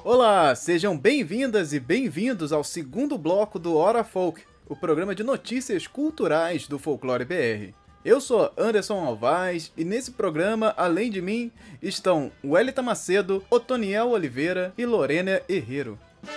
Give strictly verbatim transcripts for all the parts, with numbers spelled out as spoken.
Olá, sejam bem-vindas e bem-vindos ao segundo bloco do Hora Folk, o programa de notícias culturais do Folclore B R. Eu sou Anderson Alvaz e nesse programa, além de mim, estão Wellington Macedo, Otoniel Oliveira e Lorena Herrero.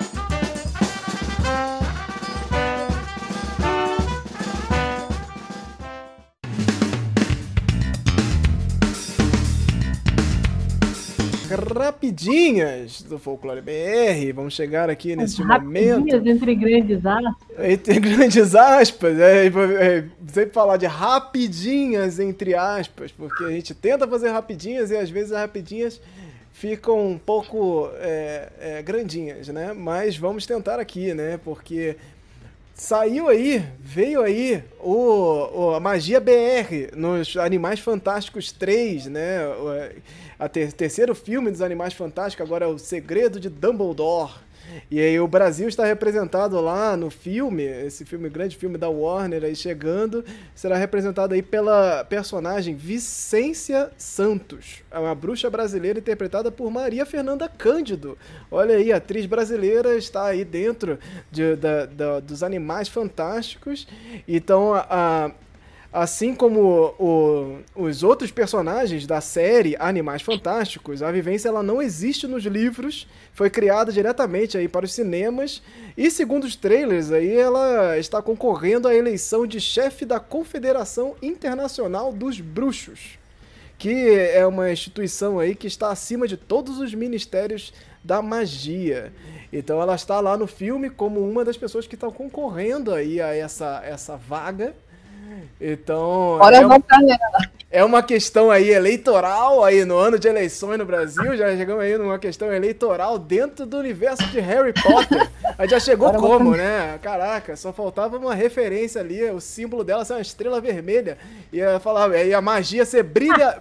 Rapidinhas do Folclore B R, vamos chegar aqui neste momento. Rapidinhas entre grandes aspas. Entre grandes aspas, é, é, sempre falar de rapidinhas entre aspas, porque a gente tenta fazer rapidinhas e às vezes as rapidinhas ficam um pouco é, é, grandinhas, né? Mas vamos tentar aqui, né? Porque saiu aí, veio aí o, o, a Magia B R nos Animais Fantásticos três, né? O, a ter, terceiro filme dos Animais Fantásticos, agora é O Segredo de Dumbledore. E aí o Brasil está representado lá no filme, esse filme, grande filme da Warner aí chegando, será representado aí pela personagem Vicência Santos, é uma bruxa brasileira interpretada por Maria Fernanda Cândido. Olha aí, a atriz brasileira está aí dentro de, da, da, dos Animais Fantásticos. Então a, a assim como o, os outros personagens da série Animais Fantásticos, a Vivência ela não existe nos livros, foi criada diretamente aí para os cinemas e, segundo os trailers, aí, ela está concorrendo à eleição de chefe da Confederação Internacional dos Bruxos, que é uma instituição aí que está acima de todos os ministérios da magia. Então ela está lá no filme como uma das pessoas que estão concorrendo aí a essa, essa vaga. Então, Bora é, um, votar nela. É uma questão aí eleitoral, aí no ano de eleições no Brasil, já chegamos aí numa questão eleitoral dentro do universo de Harry Potter. Aí já chegou Bora como, votar. né? Caraca, só faltava uma referência ali, o símbolo dela ser uma estrela vermelha. E ia falar, e a magia ser brilha...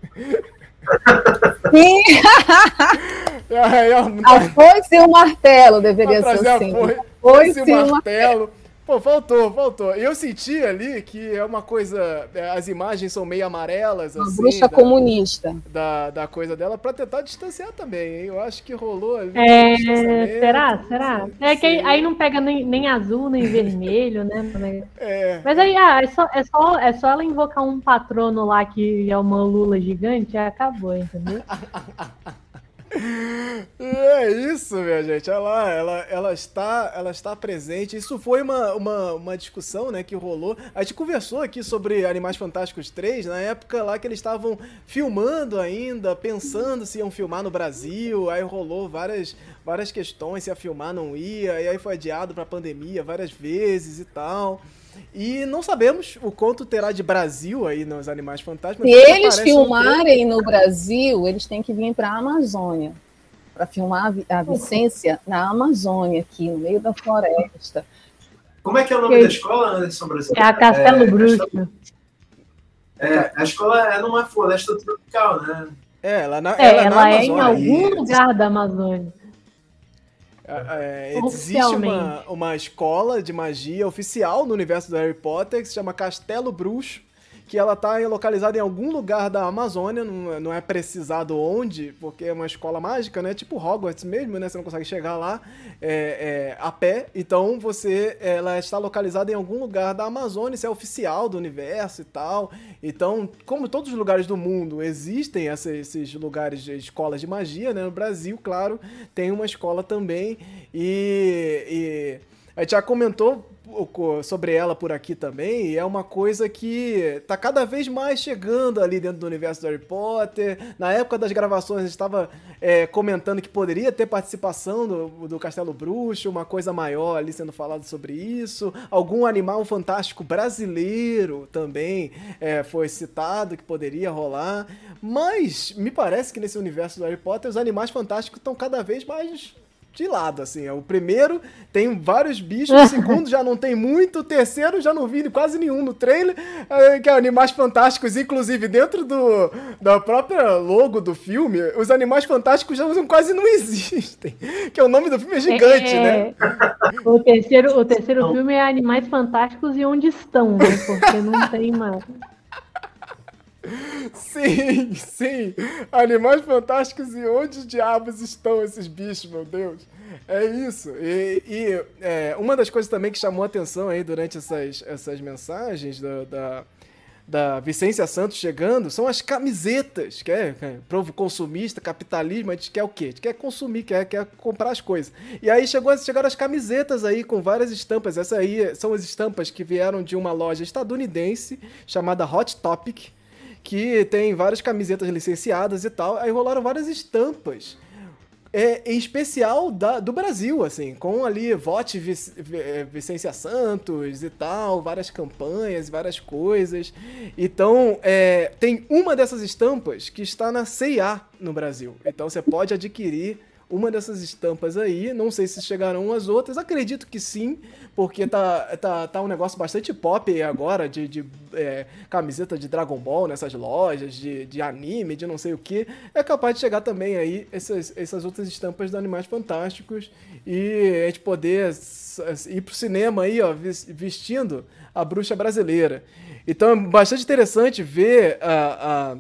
Sim! A foice e o martelo deveria ser assim. A foice e o martelo. Pô, faltou, faltou. Eu senti ali que é uma coisa... As imagens são meio amarelas, uma assim. Uma bruxa da, comunista. Da, da coisa dela, pra tentar distanciar também, hein? Eu acho que rolou ali. É, um será? Será? É que aí, aí não pega nem, nem azul, nem vermelho, né? É. Mas aí, ah, é só, é, só, é só ela invocar um patrono lá que é uma lula gigante, já acabou, entendeu? É isso, minha gente. Olha lá, ela, ela, está, ela está presente. Isso foi uma, uma, uma discussão, né, que rolou. A gente conversou aqui sobre Animais Fantásticos três, na época lá que eles estavam filmando ainda, pensando se iam filmar no Brasil. Aí rolou várias, várias questões, se ia filmar, não ia. E aí foi adiado pra pandemia várias vezes e tal. E não sabemos o quanto terá de Brasil aí nos Animais Fantásticos. Se eles filmarem um... no Brasil, eles têm que vir para a Amazônia, para filmar a Vicência na Amazônia, aqui no meio da floresta. Como é que é o nome que... da escola, Anderson Brasil? É a Castelo é, Bruxo. É, a escola é numa floresta tropical, né? É, ela, na, é, ela, ela na é em algum Isso. lugar da Amazônia. É, existe uma, uma escola de magia oficial no universo do Harry Potter que se chama Castelo Bruxo, que ela está localizada em algum lugar da Amazônia, não, não é precisado onde, porque é uma escola mágica, né? Tipo Hogwarts mesmo, né? Você não consegue chegar lá é, é, a pé, então você, ela está localizada em algum lugar da Amazônia, isso é oficial do universo e tal. Então, como todos os lugares do mundo existem essa, esses lugares de escolas de magia, né? No Brasil, claro, tem uma escola também e, e a gente já comentou sobre ela por aqui também, e é uma coisa que tá cada vez mais chegando ali dentro do universo do Harry Potter. Na época das gravações a gente estava é, comentando que poderia ter participação do, do Castelo Bruxo, uma coisa maior ali sendo falado sobre isso. Algum animal fantástico brasileiro também é, foi citado que poderia rolar, mas me parece que nesse universo do Harry Potter os animais fantásticos estão cada vez mais de lado, assim. O primeiro tem vários bichos, o segundo já não tem muito, o terceiro já não vi quase nenhum no trailer, que é Animais Fantásticos, inclusive dentro do da própria logo do filme, os Animais Fantásticos já quase não existem, que é o nome do filme é gigante, é, né? O terceiro, o terceiro filme é Animais Fantásticos e Onde Estão, né? Porque não tem mais... Sim, sim. Animais Fantásticos e onde diabos estão esses bichos, meu Deus? É isso. E, e é, uma das coisas também que chamou a atenção aí durante essas, essas mensagens da, da, da Vicência Santos chegando são as camisetas, que é, é provo consumista, capitalismo, a gente quer o quê? A gente quer consumir, quer, quer comprar as coisas. E aí chegou, chegaram as camisetas aí com várias estampas. Essas aí são as estampas que vieram de uma loja estadunidense chamada Hot Topic, que tem várias camisetas licenciadas e tal. Aí rolaram várias estampas. É, em especial da, do Brasil, assim, com ali vote Vic, Vicência Santos e tal, várias campanhas, várias coisas. Então, é, tem uma dessas estampas que está na C e A no Brasil. Então, você pode adquirir uma dessas estampas aí. Não sei se chegarão as outras, acredito que sim, porque tá, tá, tá um negócio bastante pop agora, de, de é, camiseta de Dragon Ball nessas lojas, de, de anime, de não sei o que. É capaz de chegar também aí essas, essas outras estampas de Animais Fantásticos e a gente poder ir pro cinema aí, ó, vestindo a bruxa brasileira. Então é bastante interessante ver a... a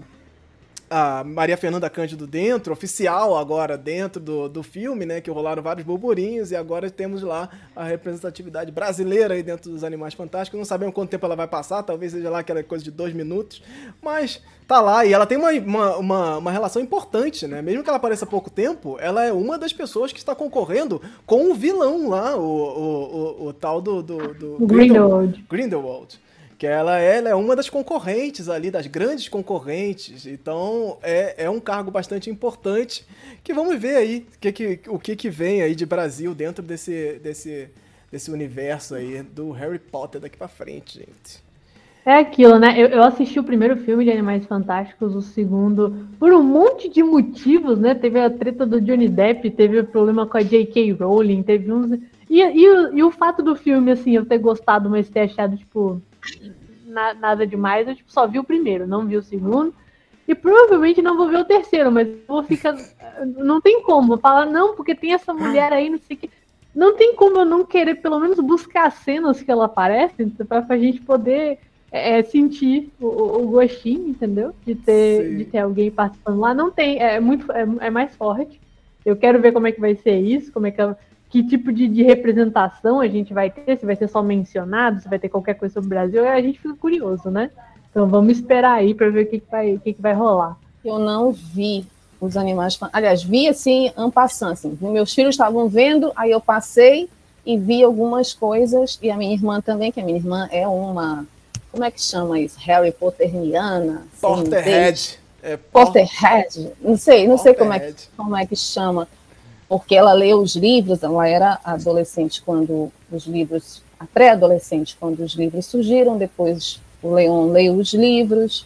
a Maria Fernanda Cândido dentro, oficial agora dentro do, do filme, né, que rolaram vários burburinhos, e agora temos lá a representatividade brasileira aí dentro dos Animais Fantásticos. Não sabemos quanto tempo ela vai passar, talvez seja lá aquela coisa de dois minutos, mas tá lá, e ela tem uma, uma, uma, uma relação importante, né, mesmo que ela apareça há pouco tempo, ela é uma das pessoas que está concorrendo com o vilão lá, o, o, o, o tal do... do, do Grindelwald. Grindelwald. Que ela, ela é uma das concorrentes ali, das grandes concorrentes. Então, é, é um cargo bastante importante que vamos ver aí que, que, o que, que vem aí de Brasil dentro desse, desse, desse universo aí do Harry Potter daqui pra frente, gente. É aquilo, né? Eu, eu assisti o primeiro filme de Animais Fantásticos, o segundo, por um monte de motivos, né? Teve a treta do Johnny Depp, teve o problema com a J K. Rowling, teve uns... E, e, e o fato do filme, assim, eu ter gostado, mas ter achado, tipo... Na, nada demais, eu tipo, só vi o primeiro, não vi o segundo, e provavelmente não vou ver o terceiro, mas vou ficar. Não tem como falar, não, porque tem essa mulher aí, não sei o que. Não tem como eu não querer, pelo menos, buscar as cenas que ela aparece, pra, pra gente poder é, sentir o, o gostinho, entendeu? De ter, de ter alguém participando lá. Não tem, é, muito, é, é mais forte. Eu quero ver como é que vai ser isso, como é que. Que tipo de, de representação a gente vai ter, se vai ser só mencionado, se vai ter qualquer coisa sobre o Brasil, a gente fica curioso, né? Então vamos esperar aí para ver o que, que, vai, o que, que vai rolar. Eu não vi os Animais... Aliás, vi assim, en passant, assim. Meus filhos estavam vendo, aí eu passei e vi algumas coisas, e a minha irmã também, que a minha irmã é uma... Como é que chama isso? Harry Potteriana? Potterhead. É, Potterhead. Não sei, não sei como é, que, como é que chama. Porque ela leu os livros, ela era adolescente quando os livros, a pré-adolescente quando os livros surgiram, depois o Leon leu os livros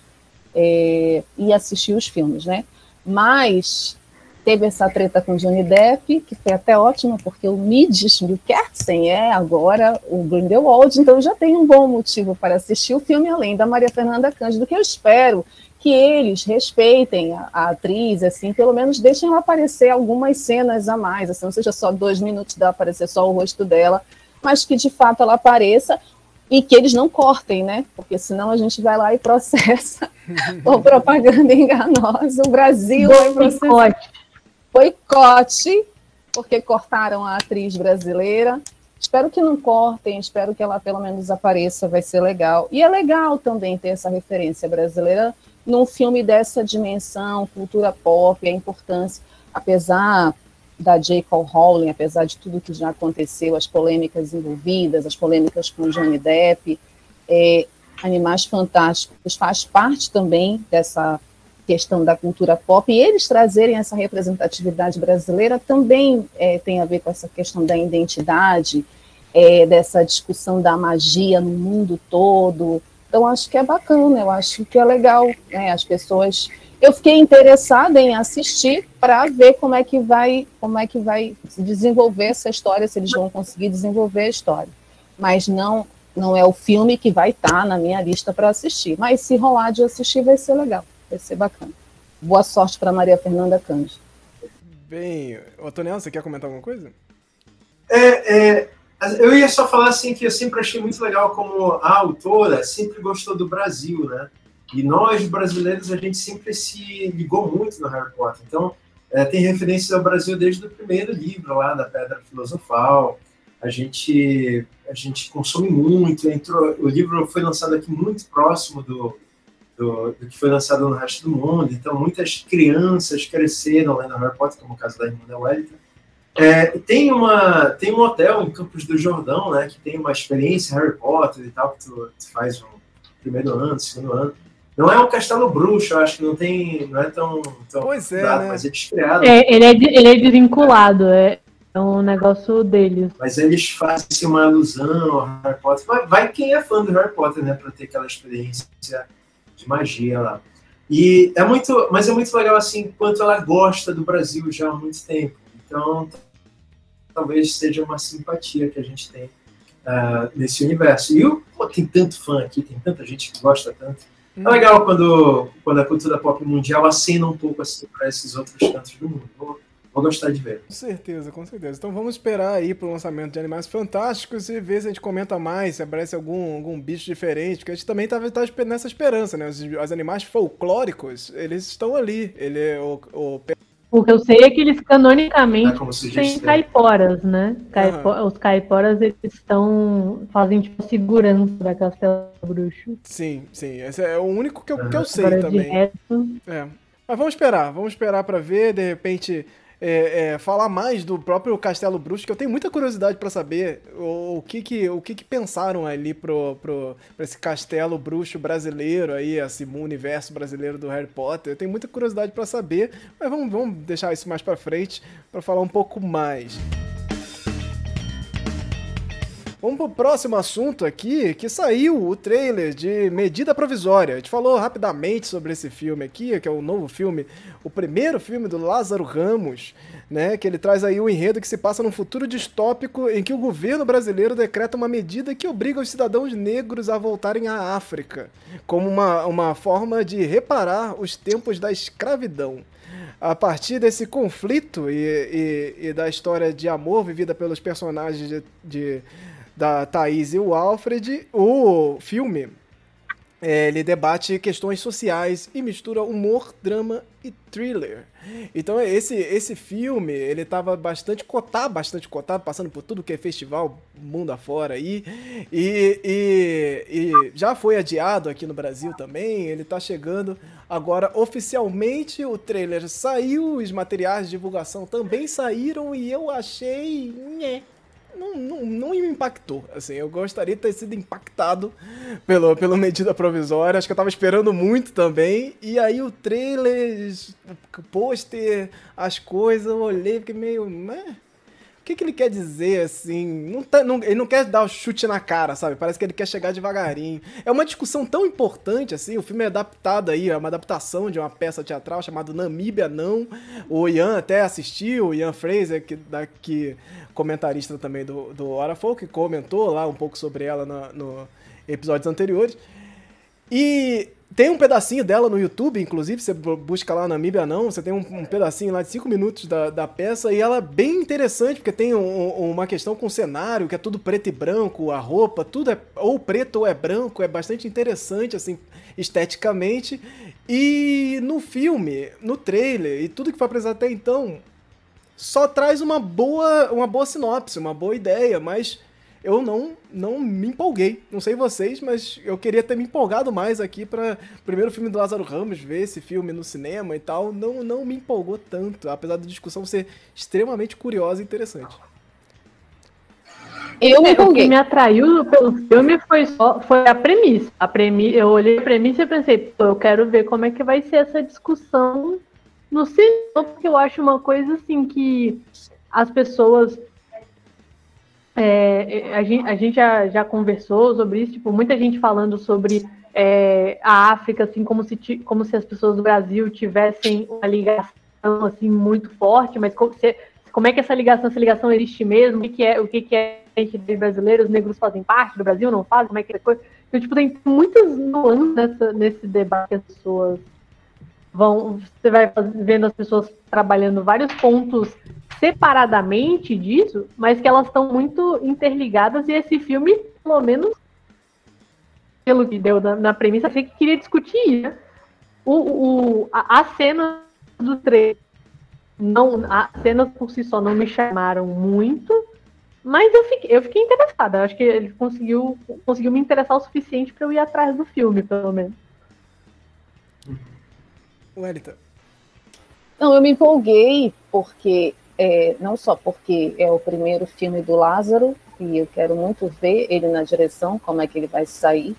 é, e assistiu os filmes, né? Mas teve essa treta com Johnny Depp, que foi até ótima, porque o Mads Mikkelsen é agora o Grindelwald, então já tem um bom motivo para assistir o filme, além da Maria Fernanda Cândido, que eu espero que eles respeitem a, a atriz, assim, pelo menos deixem ela aparecer algumas cenas a mais, assim, não seja só dois minutos dela aparecer só o rosto dela, mas que de fato ela apareça e que eles não cortem, né? Porque senão a gente vai lá e processa por propaganda enganosa. O Brasil vai processar. Boicote, porque cortaram a atriz brasileira. Espero que não cortem, espero que ela pelo menos apareça, vai ser legal. E é legal também ter essa referência brasileira num filme dessa dimensão, cultura pop, a importância, apesar da J K. Rowling, apesar de tudo que já aconteceu, as polêmicas envolvidas, as polêmicas com Johnny Depp, é, Animais Fantásticos faz parte também dessa questão da cultura pop, e eles trazerem essa representatividade brasileira também é, tem a ver com essa questão da identidade, é, dessa discussão da magia no mundo todo. Então, acho que é bacana, eu acho que é legal, né, as pessoas... Eu fiquei interessada em assistir para ver como é que vai, como é que vai se desenvolver essa história, se eles vão conseguir desenvolver a história. Mas não, não é o filme que vai estar na minha lista para assistir. Mas se rolar de assistir, vai ser legal, vai ser bacana. Boa sorte para Maria Fernanda Cândido. Bem, Otoniel, você quer comentar alguma coisa? É... é... Eu ia só falar assim que eu sempre achei muito legal como a autora sempre gostou do Brasil, né? E nós, brasileiros, a gente sempre se ligou muito no Harry Potter. Então, é, tem referências ao Brasil desde o primeiro livro lá, da Pedra Filosofal. A gente, a gente consome muito. Entrou, o livro foi lançado aqui muito próximo do, do, do que foi lançado no resto do mundo. Então, muitas crianças cresceram lendo Harry Potter, como o caso da irmã da Wellington. É, tem, uma, tem um hotel em Campos do Jordão, né, que tem uma experiência Harry Potter e tal, que tu, tu faz no primeiro ano, segundo ano. Não é um castelo bruxo, eu acho que não tem, não é tão, tão pois é, dado, né? mas eles criaram. É, ele, é, ele é desvinculado, é, é um negócio deles. Mas eles fazem assim, uma alusão ao Harry Potter. Vai, vai quem é fã do Harry Potter, né, para ter aquela experiência de magia lá. E é muito, mas é muito legal assim, quanto ela gosta do Brasil já há muito tempo. Então, talvez seja uma simpatia que a gente tem uh, nesse universo. E pô, tem tanto fã aqui, tem tanta gente que gosta tanto. É legal quando, quando a cultura pop mundial acena um pouco assim para esses outros cantos do mundo. Vou, vou gostar de ver. Com certeza, com certeza. Então vamos esperar aí pro lançamento de Animais Fantásticos e ver se a gente comenta mais, se aparece algum, algum bicho diferente, porque a gente também tá, tá nessa esperança, né? Os, os animais folclóricos, eles estão ali. Ele é o, o... O que eu sei é que eles canonicamente é têm caiporas, né? Caipo... Uhum. Os caiporas, eles estão fazem tipo segurança da Castelo Bruxo. Sim, sim. Esse é o único que eu, que eu sei Agora, também. De resto... É. Mas vamos esperar, vamos esperar pra ver, de repente... É, é, falar mais do próprio Castelo Bruxo, que eu tenho muita curiosidade para saber o, o, que, que, o que, que pensaram ali pro, pro, pra esse Castelo Bruxo brasileiro aí, esse universo brasileiro do Harry Potter. Eu tenho muita curiosidade para saber, mas vamos, vamos deixar isso mais para frente para falar um pouco mais. Vamos pro próximo assunto aqui, que saiu o trailer de Medida Provisória. A gente falou rapidamente sobre esse filme aqui, que é o novo filme, o primeiro filme do Lázaro Ramos, né, que ele traz aí o enredo que se passa num futuro distópico em que o governo brasileiro decreta uma medida que obriga os cidadãos negros a voltarem à África, como uma, uma forma de reparar os tempos da escravidão. A partir desse conflito e, e, e da história de amor vivida pelos personagens de... de da Thaís e o Alfred, o filme é, ele debate questões sociais e mistura humor, drama e thriller. Então esse, esse filme, ele estava bastante cotado, bastante cotado, passando por tudo que é festival, mundo afora aí, e, e, e já foi adiado aqui no Brasil também, ele está chegando agora oficialmente, o trailer saiu, os materiais de divulgação também saíram e eu achei... Nhé. Não, não, não me impactou, assim, eu gostaria de ter sido impactado pelo, pela medida provisória, acho que eu tava esperando muito também, e aí o trailer, o pôster, as coisas, eu olhei e fiquei meio, né? O que que ele quer dizer, assim, não tá, não, ele não quer dar o chute na cara, sabe, parece que ele quer chegar devagarinho, é uma discussão tão importante, assim, o filme é adaptado aí, é uma adaptação de uma peça teatral chamada Namíbia Não, o Ian até assistiu, o Ian Fraser, que, da, que comentarista também do, do Hora Folk, comentou lá um pouco sobre ela no, no episódios anteriores, e tem um pedacinho dela no YouTube, inclusive, você busca lá Namíbia Não, você tem um, um pedacinho lá de cinco minutos da, da peça, e ela é bem interessante, porque tem um, uma questão com o cenário, que é tudo preto e branco, a roupa, tudo é ou preto ou é branco, é bastante interessante, assim, esteticamente, e no filme, no trailer, e tudo que foi apresentado até então, só traz uma boa, uma boa sinopse, uma boa ideia, mas eu não, não me empolguei. Não sei vocês, mas eu queria ter me empolgado mais aqui para o primeiro filme do Lázaro Ramos, ver esse filme no cinema e tal. Não, não me empolgou tanto, apesar da discussão ser extremamente curiosa e interessante. Eu me empolguei. O que me atraiu pelo filme foi, só, foi a premissa. A premissa. Eu olhei a premissa e pensei, pô, eu quero ver como é que vai ser essa discussão no cinema, porque eu acho uma coisa assim que as pessoas... É, a gente, a gente já, já conversou sobre isso, tipo, muita gente falando sobre é, a África, assim, como se, como se as pessoas do Brasil tivessem uma ligação assim, muito forte, mas como, se, como é que essa ligação, essa ligação existe mesmo? O que, que é, o que, que é a gente brasileiro? Os negros fazem parte do Brasil, não fazem? Como é que é a coisa? Então, tipo, tem muitas nuances nessa, nesse debate que as pessoas vão. Você vai vendo as pessoas trabalhando vários pontos separadamente disso, mas que elas estão muito interligadas, e esse filme, pelo menos, pelo que deu na, na premissa, achei que queria discutir, né? O, o, a, a cena do trailer, não, as cenas por si só não me chamaram muito, mas eu fiquei, eu fiquei interessada. Eu acho que ele conseguiu, conseguiu me interessar o suficiente para eu ir atrás do filme, pelo menos. Wellington. Não, eu me empolguei porque, é, não só porque é o primeiro filme do Lázaro, e eu quero muito ver ele na direção, como é que ele vai sair,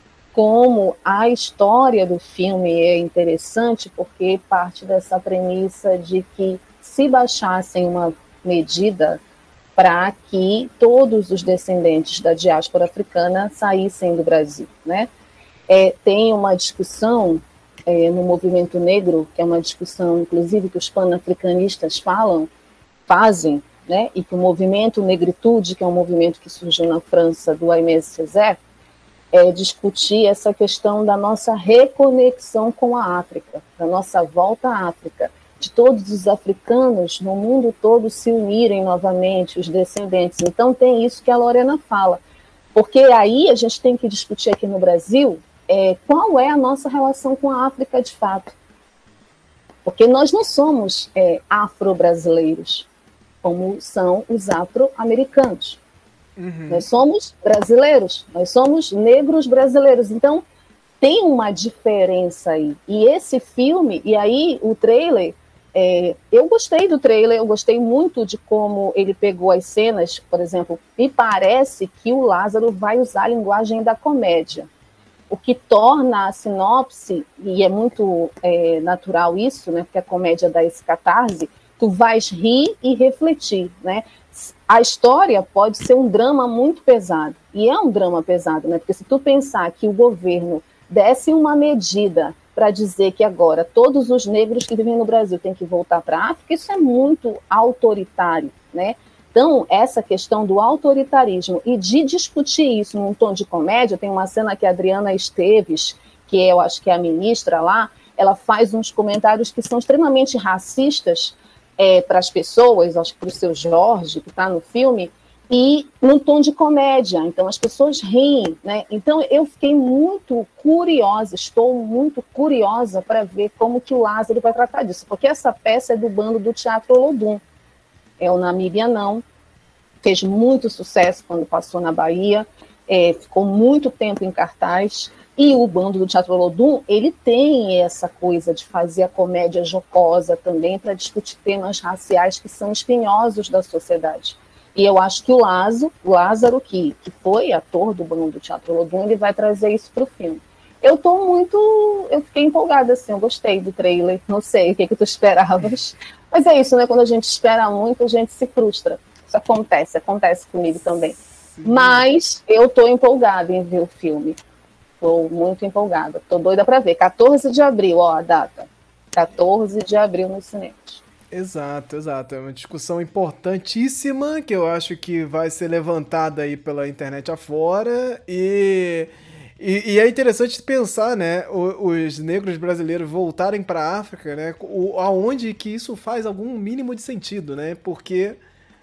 como a história do filme é interessante porque parte dessa premissa de que se baixassem uma medida para que todos os descendentes da diáspora africana saíssem do Brasil, né? É, tem uma discussão é, no movimento negro, que é uma discussão, inclusive, que os panafricanistas falam, fazem, né? E que o movimento Negritude, que é um movimento que surgiu na França, do Aimé Césaire, é discutir essa questão da nossa reconexão com a África, da nossa volta à África, de todos os africanos no mundo todo se unirem novamente, os descendentes. Então tem isso que a Lorena fala, porque aí a gente tem que discutir aqui no Brasil é, qual é a nossa relação com a África de fato, porque nós não somos é, afro-brasileiros, como são os afro-americanos. Uhum. Nós somos brasileiros, nós somos negros brasileiros, então tem uma diferença aí. E esse filme, e aí o trailer, é, eu gostei do trailer, eu gostei muito de como ele pegou as cenas, por exemplo, me parece que o Lázaro vai usar a linguagem da comédia, o que torna a sinopse, e é muito é, natural isso, né, porque a comédia dá esse catarse, tu vais rir e refletir, né? A história pode ser um drama muito pesado, e é um drama pesado, né? Porque se tu pensar que o governo desse uma medida para dizer que agora todos os negros que vivem no Brasil têm que voltar para a África, isso é muito autoritário, né? Então, essa questão do autoritarismo e de discutir isso num tom de comédia, tem uma cena que a Adriana Esteves, que eu acho que é a ministra lá, ela faz uns comentários que são extremamente racistas, É, para as pessoas, acho que para o seu Jorge, que está no filme, e num tom de comédia, então as pessoas riem, né? Então eu fiquei muito curiosa, estou muito curiosa para ver como que o Lázaro vai tratar disso, porque essa peça é do bando do Teatro Olodum, é o Namíbia Não, fez muito sucesso quando passou na Bahia, é, ficou muito tempo em cartaz. E o bando do Teatro Olodum, ele tem essa coisa de fazer a comédia jocosa também para discutir temas raciais que são espinhosos da sociedade. E eu acho que o Lázaro, o Lázaro que, que foi ator do bando do Teatro Olodum, ele vai trazer isso para o filme. Eu tô muito... Eu fiquei empolgada, assim, eu gostei do trailer, não sei o que, que tu esperavas. Mas é isso, né? Quando a gente espera muito, a gente se frustra. Isso acontece, acontece comigo também. Sim. Mas eu tô empolgada em ver o filme. Estou muito empolgada, estou doida para ver. quatorze de abril, ó, a data. quatorze de abril nos cinemas. Exato, exato. É uma discussão importantíssima que eu acho que vai ser levantada aí pela internet afora. E, e, e é interessante pensar, né, os, os negros brasileiros voltarem para a África, né, o, aonde que isso faz algum mínimo de sentido, né? Porque,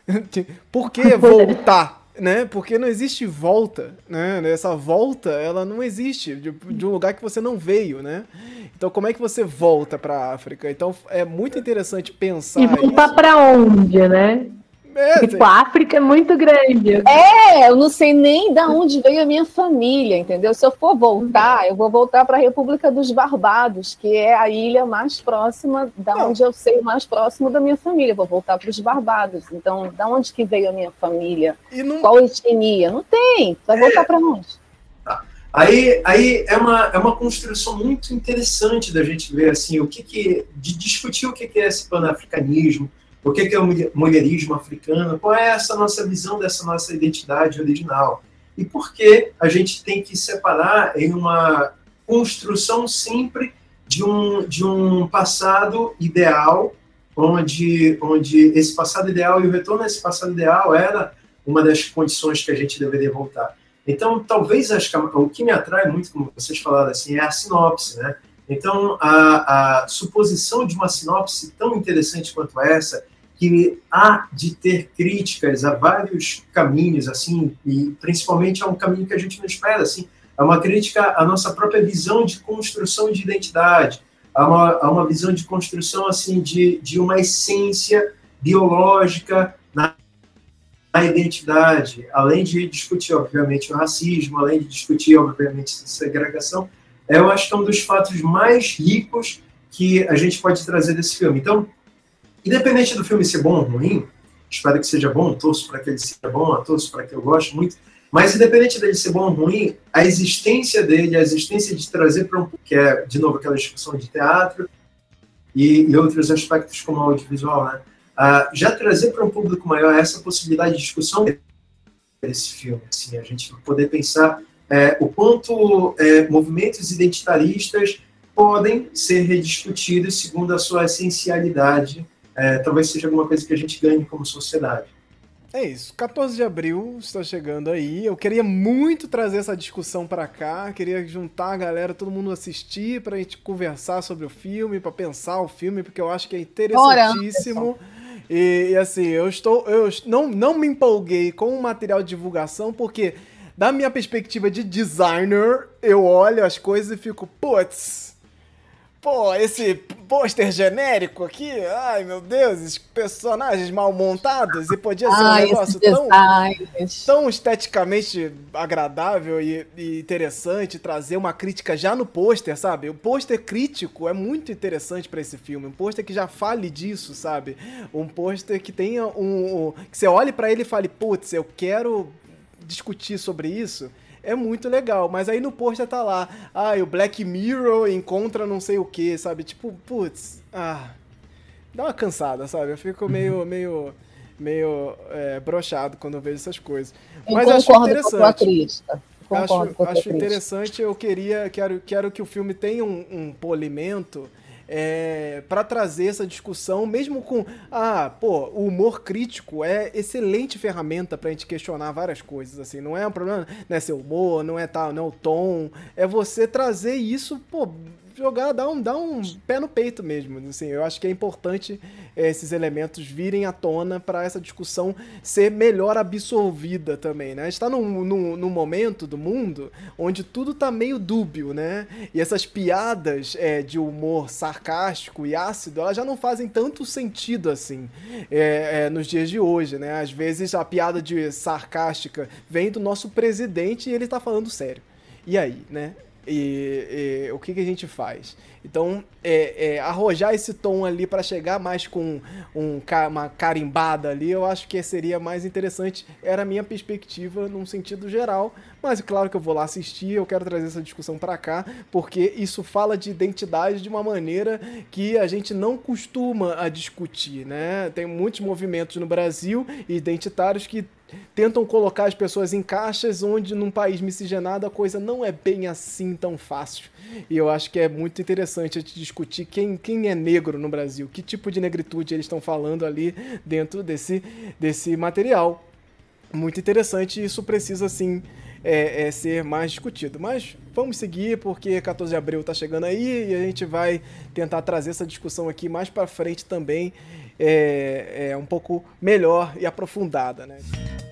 por que voltar? Né? Porque não existe volta, né? Essa volta, ela não existe de, de um lugar que você não veio, né? Então, como é que você volta para a África? Então, é muito interessante pensar. E voltar para onde, né? É, tipo, a África é muito grande. É, eu não sei nem de onde veio a minha família, entendeu? Se eu for voltar, eu vou voltar para a República dos Barbados, que é a ilha mais próxima, da não. onde eu sei mais próximo da minha família. Eu vou voltar para os Barbados. Então, da onde que veio a minha família? Não... Qual etnia? Não tem. Vai é. voltar para onde? Tá. Aí, aí é, uma, é uma construção muito interessante da gente ver assim, o que que, de discutir o que que é esse panafricanismo, o que é o mulherismo africano, qual é essa nossa visão dessa nossa identidade original. E por que a gente tem que separar em uma construção sempre de um, de um passado ideal, onde, onde esse passado ideal e o retorno a esse passado ideal era uma das condições que a gente deveria voltar. Então, talvez acho que o que me atrai muito, como vocês falaram, assim, é a sinopse, né? Então, a, a suposição de uma sinopse tão interessante quanto essa, que há de ter críticas a vários caminhos, assim, e principalmente a um caminho que a gente não espera, assim, é uma crítica à nossa própria visão de construção de identidade, a uma, a uma visão de construção assim de, de uma essência biológica na, na identidade, além de discutir, obviamente, o racismo, além de discutir, obviamente, a segregação. Eu acho que é um dos fatos mais ricos que a gente pode trazer desse filme. Então, independente do filme ser bom ou ruim, espero que seja bom, torço para que ele seja bom, torço para que eu goste muito, mas independente dele ser bom ou ruim, a existência dele, a existência de trazer para um... que é, de novo, aquela discussão de teatro e, e outros aspectos como audiovisual, né? Uh, já trazer para um público maior essa possibilidade de discussão desse filme, assim, a gente poder pensar é, o quanto é, movimentos identitaristas podem ser rediscutidos segundo a sua essencialidade, é, talvez seja alguma coisa que a gente ganhe como sociedade. É isso, quatorze de abril está chegando aí, eu queria muito trazer essa discussão para cá, queria juntar a galera, todo mundo assistir, para a gente conversar sobre o filme, para pensar o filme, porque eu acho que é interessantíssimo. E, e assim, eu estou, eu não, não me empolguei com o material de divulgação, porque da minha perspectiva de designer, eu olho as coisas e fico, putz, pô, esse pôster genérico aqui, ai meu Deus, esses personagens mal montados, e podia ser um negócio tão, tão esteticamente agradável e, e interessante, trazer uma crítica já no pôster, sabe? O pôster crítico é muito interessante pra esse filme, um pôster que já fale disso, sabe? Um pôster que tenha um... um que você olhe pra ele e fale, putz, eu quero discutir sobre isso. É muito legal, mas aí no pôster tá lá, ah, o Black Mirror encontra não sei o que, sabe? Tipo, putz, ah, dá uma cansada, sabe? Eu fico meio, meio, meio é, broxado quando eu vejo essas coisas. Eu mas acho interessante. Com a crítica. Acho, acho interessante, eu queria, quero, quero que o filme tenha um, um polimento É, para trazer essa discussão, mesmo com, ah, pô, o humor crítico é excelente ferramenta pra gente questionar várias coisas, assim, não é um problema, não é seu humor, não é tal, não é o tom, é você trazer isso, pô, jogar, dar um, dar um pé no peito mesmo, assim, eu acho que é importante é, esses elementos virem à tona para essa discussão ser melhor absorvida também, né, a gente tá num, num, num momento do mundo onde tudo tá meio dúbio, né, e essas piadas é, de humor sarcástico e ácido, elas já não fazem tanto sentido assim é, é, nos dias de hoje, né, às vezes a piada de sarcástica vem do nosso presidente e ele tá falando sério, e aí, né, E, e o que, que a gente faz? Então, é, é, arrojar esse tom ali para chegar mais com um, uma carimbada ali, eu acho que seria mais interessante. Era a minha perspectiva num sentido geral, mas claro que eu vou lá assistir, eu quero trazer essa discussão para cá, porque isso fala de identidade de uma maneira que a gente não costuma a discutir, né? Tem muitos movimentos no Brasil identitários que tentam colocar as pessoas em caixas onde num país miscigenado a coisa não é bem assim tão fácil. E eu acho que é muito interessante a gente discutir quem, quem é negro no Brasil, que tipo de negritude eles estão falando ali dentro desse, desse material. Muito interessante, e isso precisa sim é, é, ser mais discutido. Mas vamos seguir, porque quatorze de abril está chegando aí e a gente vai tentar trazer essa discussão aqui mais para frente também, é, é, um pouco melhor e aprofundada, né?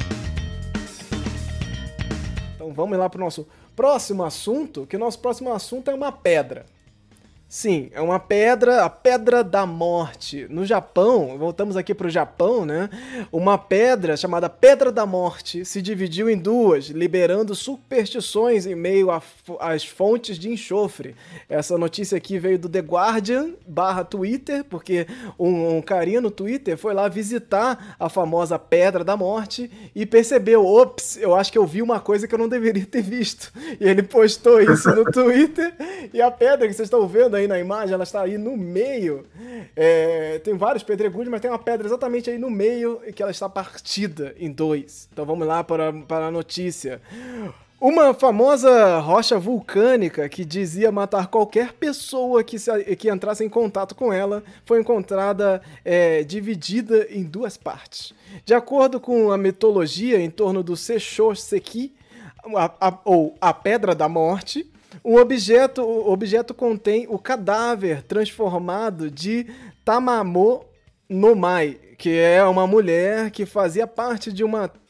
Então vamos lá para o nosso próximo assunto, que o nosso próximo assunto é uma pedra. Sim, é uma pedra, a Pedra da Morte. No Japão, voltamos aqui para o Japão, né? Uma pedra chamada Pedra da Morte se dividiu em duas, liberando superstições em meio às fontes de enxofre. Essa notícia aqui veio do The Guardian barra Twitter, porque um, um carinha no Twitter foi lá visitar a famosa Pedra da Morte e percebeu, ops, eu acho que eu vi uma coisa que eu não deveria ter visto. E ele postou isso no Twitter, e a pedra que vocês estão vendo aí na imagem, ela está aí no meio, é, tem vários pedregulhos, mas tem uma pedra exatamente aí no meio e que ela está partida em dois. Então vamos lá para, para a notícia. Uma famosa rocha vulcânica que dizia matar qualquer pessoa que, se, que entrasse em contato com ela foi encontrada é, dividida em duas partes. De acordo com a mitologia em torno do Seishoseki, a, a, ou a Pedra da Morte, Um objeto, o objeto contém o cadáver transformado de Tamamo no Mai, que é uma mulher que fazia parte de uma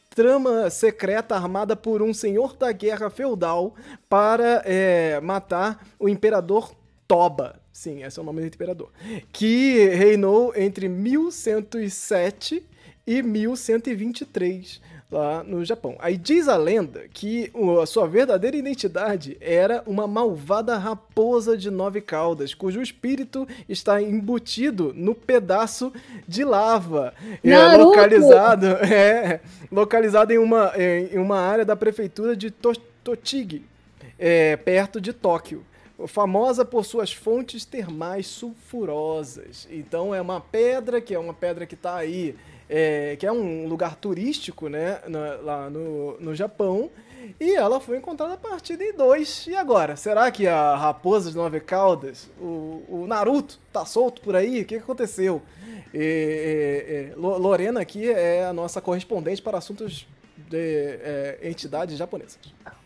trama secreta armada por um senhor da guerra feudal para é, matar o imperador Toba. Sim, esse é o nome do imperador. Que reinou entre mil cento e sete e mil cento e vinte e três lá no Japão. Aí diz a lenda que a sua verdadeira identidade era uma malvada raposa de nove caudas, cujo espírito está embutido no pedaço de lava, é, localizado, é, localizado em uma, em uma área da prefeitura de Tochigi, é, perto de Tóquio. Famosa por suas fontes termais sulfurosas. Então é uma pedra que é uma pedra que está aí, é, que é um lugar turístico, né, na, lá no, no Japão, e ela foi encontrada a partir de dois. E agora? Será que a raposa de nove caudas, o, o Naruto, tá solto por aí? O que, que aconteceu? E, e, e, Lorena aqui é a nossa correspondente para assuntos de é, entidades japonesas.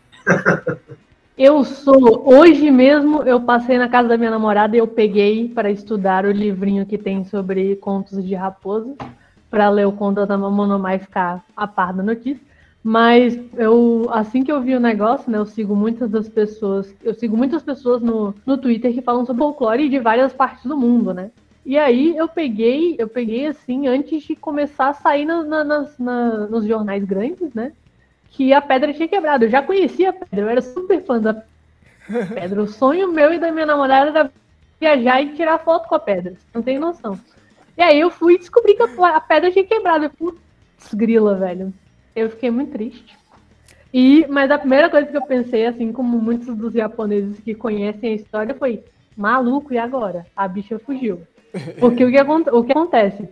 Eu sou, hoje mesmo eu passei na casa da minha namorada e eu peguei para estudar o livrinho que tem sobre contos de raposa, para ler o conto da Monomai e ficar a par da notícia. Mas eu, assim que eu vi o negócio, né, eu sigo muitas das pessoas, eu sigo muitas pessoas no, no Twitter que falam sobre folclore de várias partes do mundo, né? E aí eu peguei, eu peguei assim, antes de começar a sair na, na, nas, na, nos jornais grandes, né? Que a pedra tinha quebrado. Eu já conhecia a pedra, eu era super fã da pedra. O sonho meu e da minha namorada era viajar e tirar foto com a pedra. Não tem noção. E aí eu fui e descobri que a pedra tinha quebrado. Putz, grila, velho. Eu fiquei muito triste. E, mas a primeira coisa que eu pensei, assim como muitos dos japoneses que conhecem a história, foi: maluco, e agora? A bicha fugiu. Porque o que, o que acontece?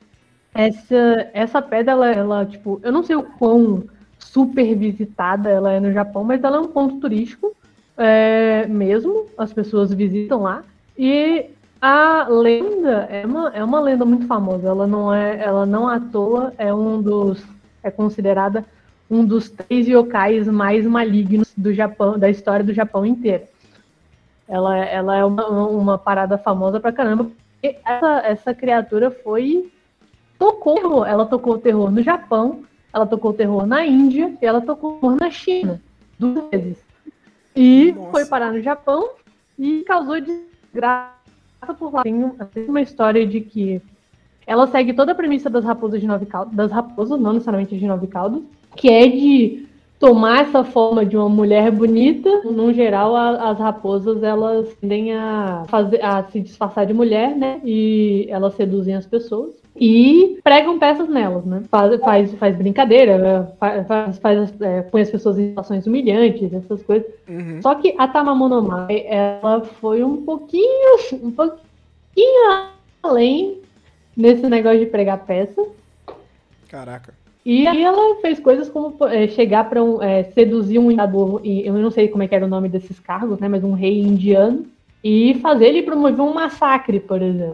Essa, essa pedra, ela, ela, tipo, eu não sei o quão super visitada ela é no Japão, mas ela é um ponto turístico é, mesmo, as pessoas visitam lá, e a lenda é uma, é uma lenda muito famosa, ela não é, ela não à toa é um dos, é considerada um dos três yokais mais malignos do Japão, da história do Japão inteira. Ela, ela é uma, uma parada famosa pra caramba, porque essa, essa criatura foi, tocou, ela tocou o terror no Japão, ela tocou terror na Índia e ela tocou terror na China, duas vezes. E Nossa. Foi parar no Japão e causou desgraça por lá. Tem uma história de que ela segue toda a premissa das raposas de nove caudas, das raposas, não necessariamente de nove caudas, que é de tomar essa forma de uma mulher bonita. No geral, a, as raposas, elas tendem a, fazer, a se disfarçar de mulher, né? E elas seduzem as pessoas. E pregam peças nelas, né? Faz, faz, faz brincadeira, faz, faz, é, põe as pessoas em situações humilhantes, essas coisas. Uhum. Só que a Tamamonomai, ela foi um pouquinho, um pouquinho além nesse negócio de pregar peça. Caraca. E aí ela fez coisas como é, chegar para um, é, seduzir um imperador, eu não sei como é que era o nome desses cargos, né? Mas um rei indiano, e fazer ele promover um massacre, por exemplo.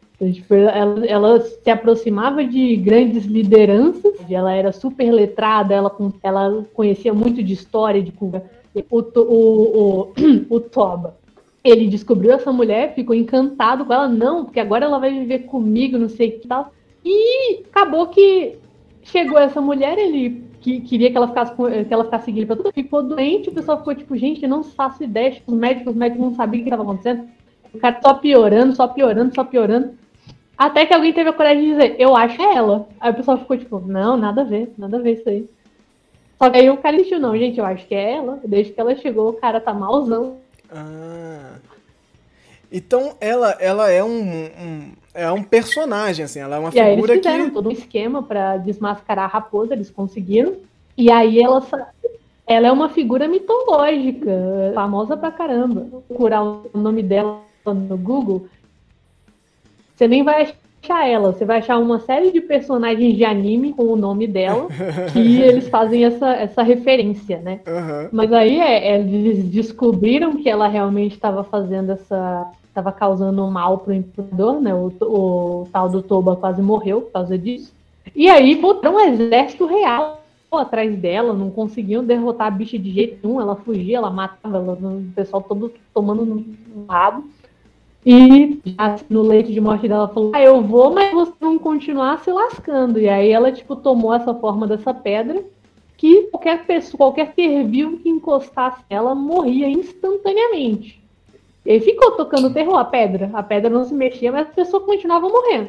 Ela, ela se aproximava de grandes lideranças, ela era super letrada, ela, ela conhecia muito de história, de cultura. O, o, o, o Toba, ele descobriu essa mulher, ficou encantado com ela, não, porque agora ela vai viver comigo, não sei o que tal. E acabou que chegou essa mulher, ele que queria que ela ficasse, que ela ficasse seguindo pra tudo, ficou doente, o pessoal ficou tipo, gente, não faço ideia, os médicos, os médicos não sabiam o que estava acontecendo, o cara só piorando, só piorando, só piorando. Até que alguém teve a coragem de dizer, eu acho que é ela. Aí o pessoal ficou tipo, não, nada a ver, nada a ver isso aí. Só que aí o cara insistiu, não, gente, eu acho que é ela. Desde que ela chegou, o cara tá malzão. Ah. Então ela, ela é um, um, é um personagem, assim, ela é uma e figura aí eles fizeram que... todo um esquema pra desmascarar a raposa, eles conseguiram. E aí ela, ela é uma figura mitológica, famosa pra caramba. Procurar o nome dela no Google... Você nem vai achar ela, você vai achar uma série de personagens de anime com o nome dela, que eles fazem essa, essa referência, né? Uhum. Mas aí é, eles descobriram que ela realmente estava fazendo essa... estava causando mal pro imperador, né? O, o, o tal do Toba quase morreu por causa disso. E aí botaram um exército real atrás dela, não conseguiam derrotar a bicha de jeito nenhum, ela fugia, ela matava, ela, o pessoal todo tomando no rabo. E já no leito de morte dela falou, ah, eu vou, mas vocês vão continuar se lascando. E aí ela, tipo, tomou essa forma dessa pedra, que qualquer pessoa, qualquer ser vivo que encostasse ela morria instantaneamente. E aí ficou tocando terror a pedra. A pedra não se mexia, mas as pessoas continuavam morrendo.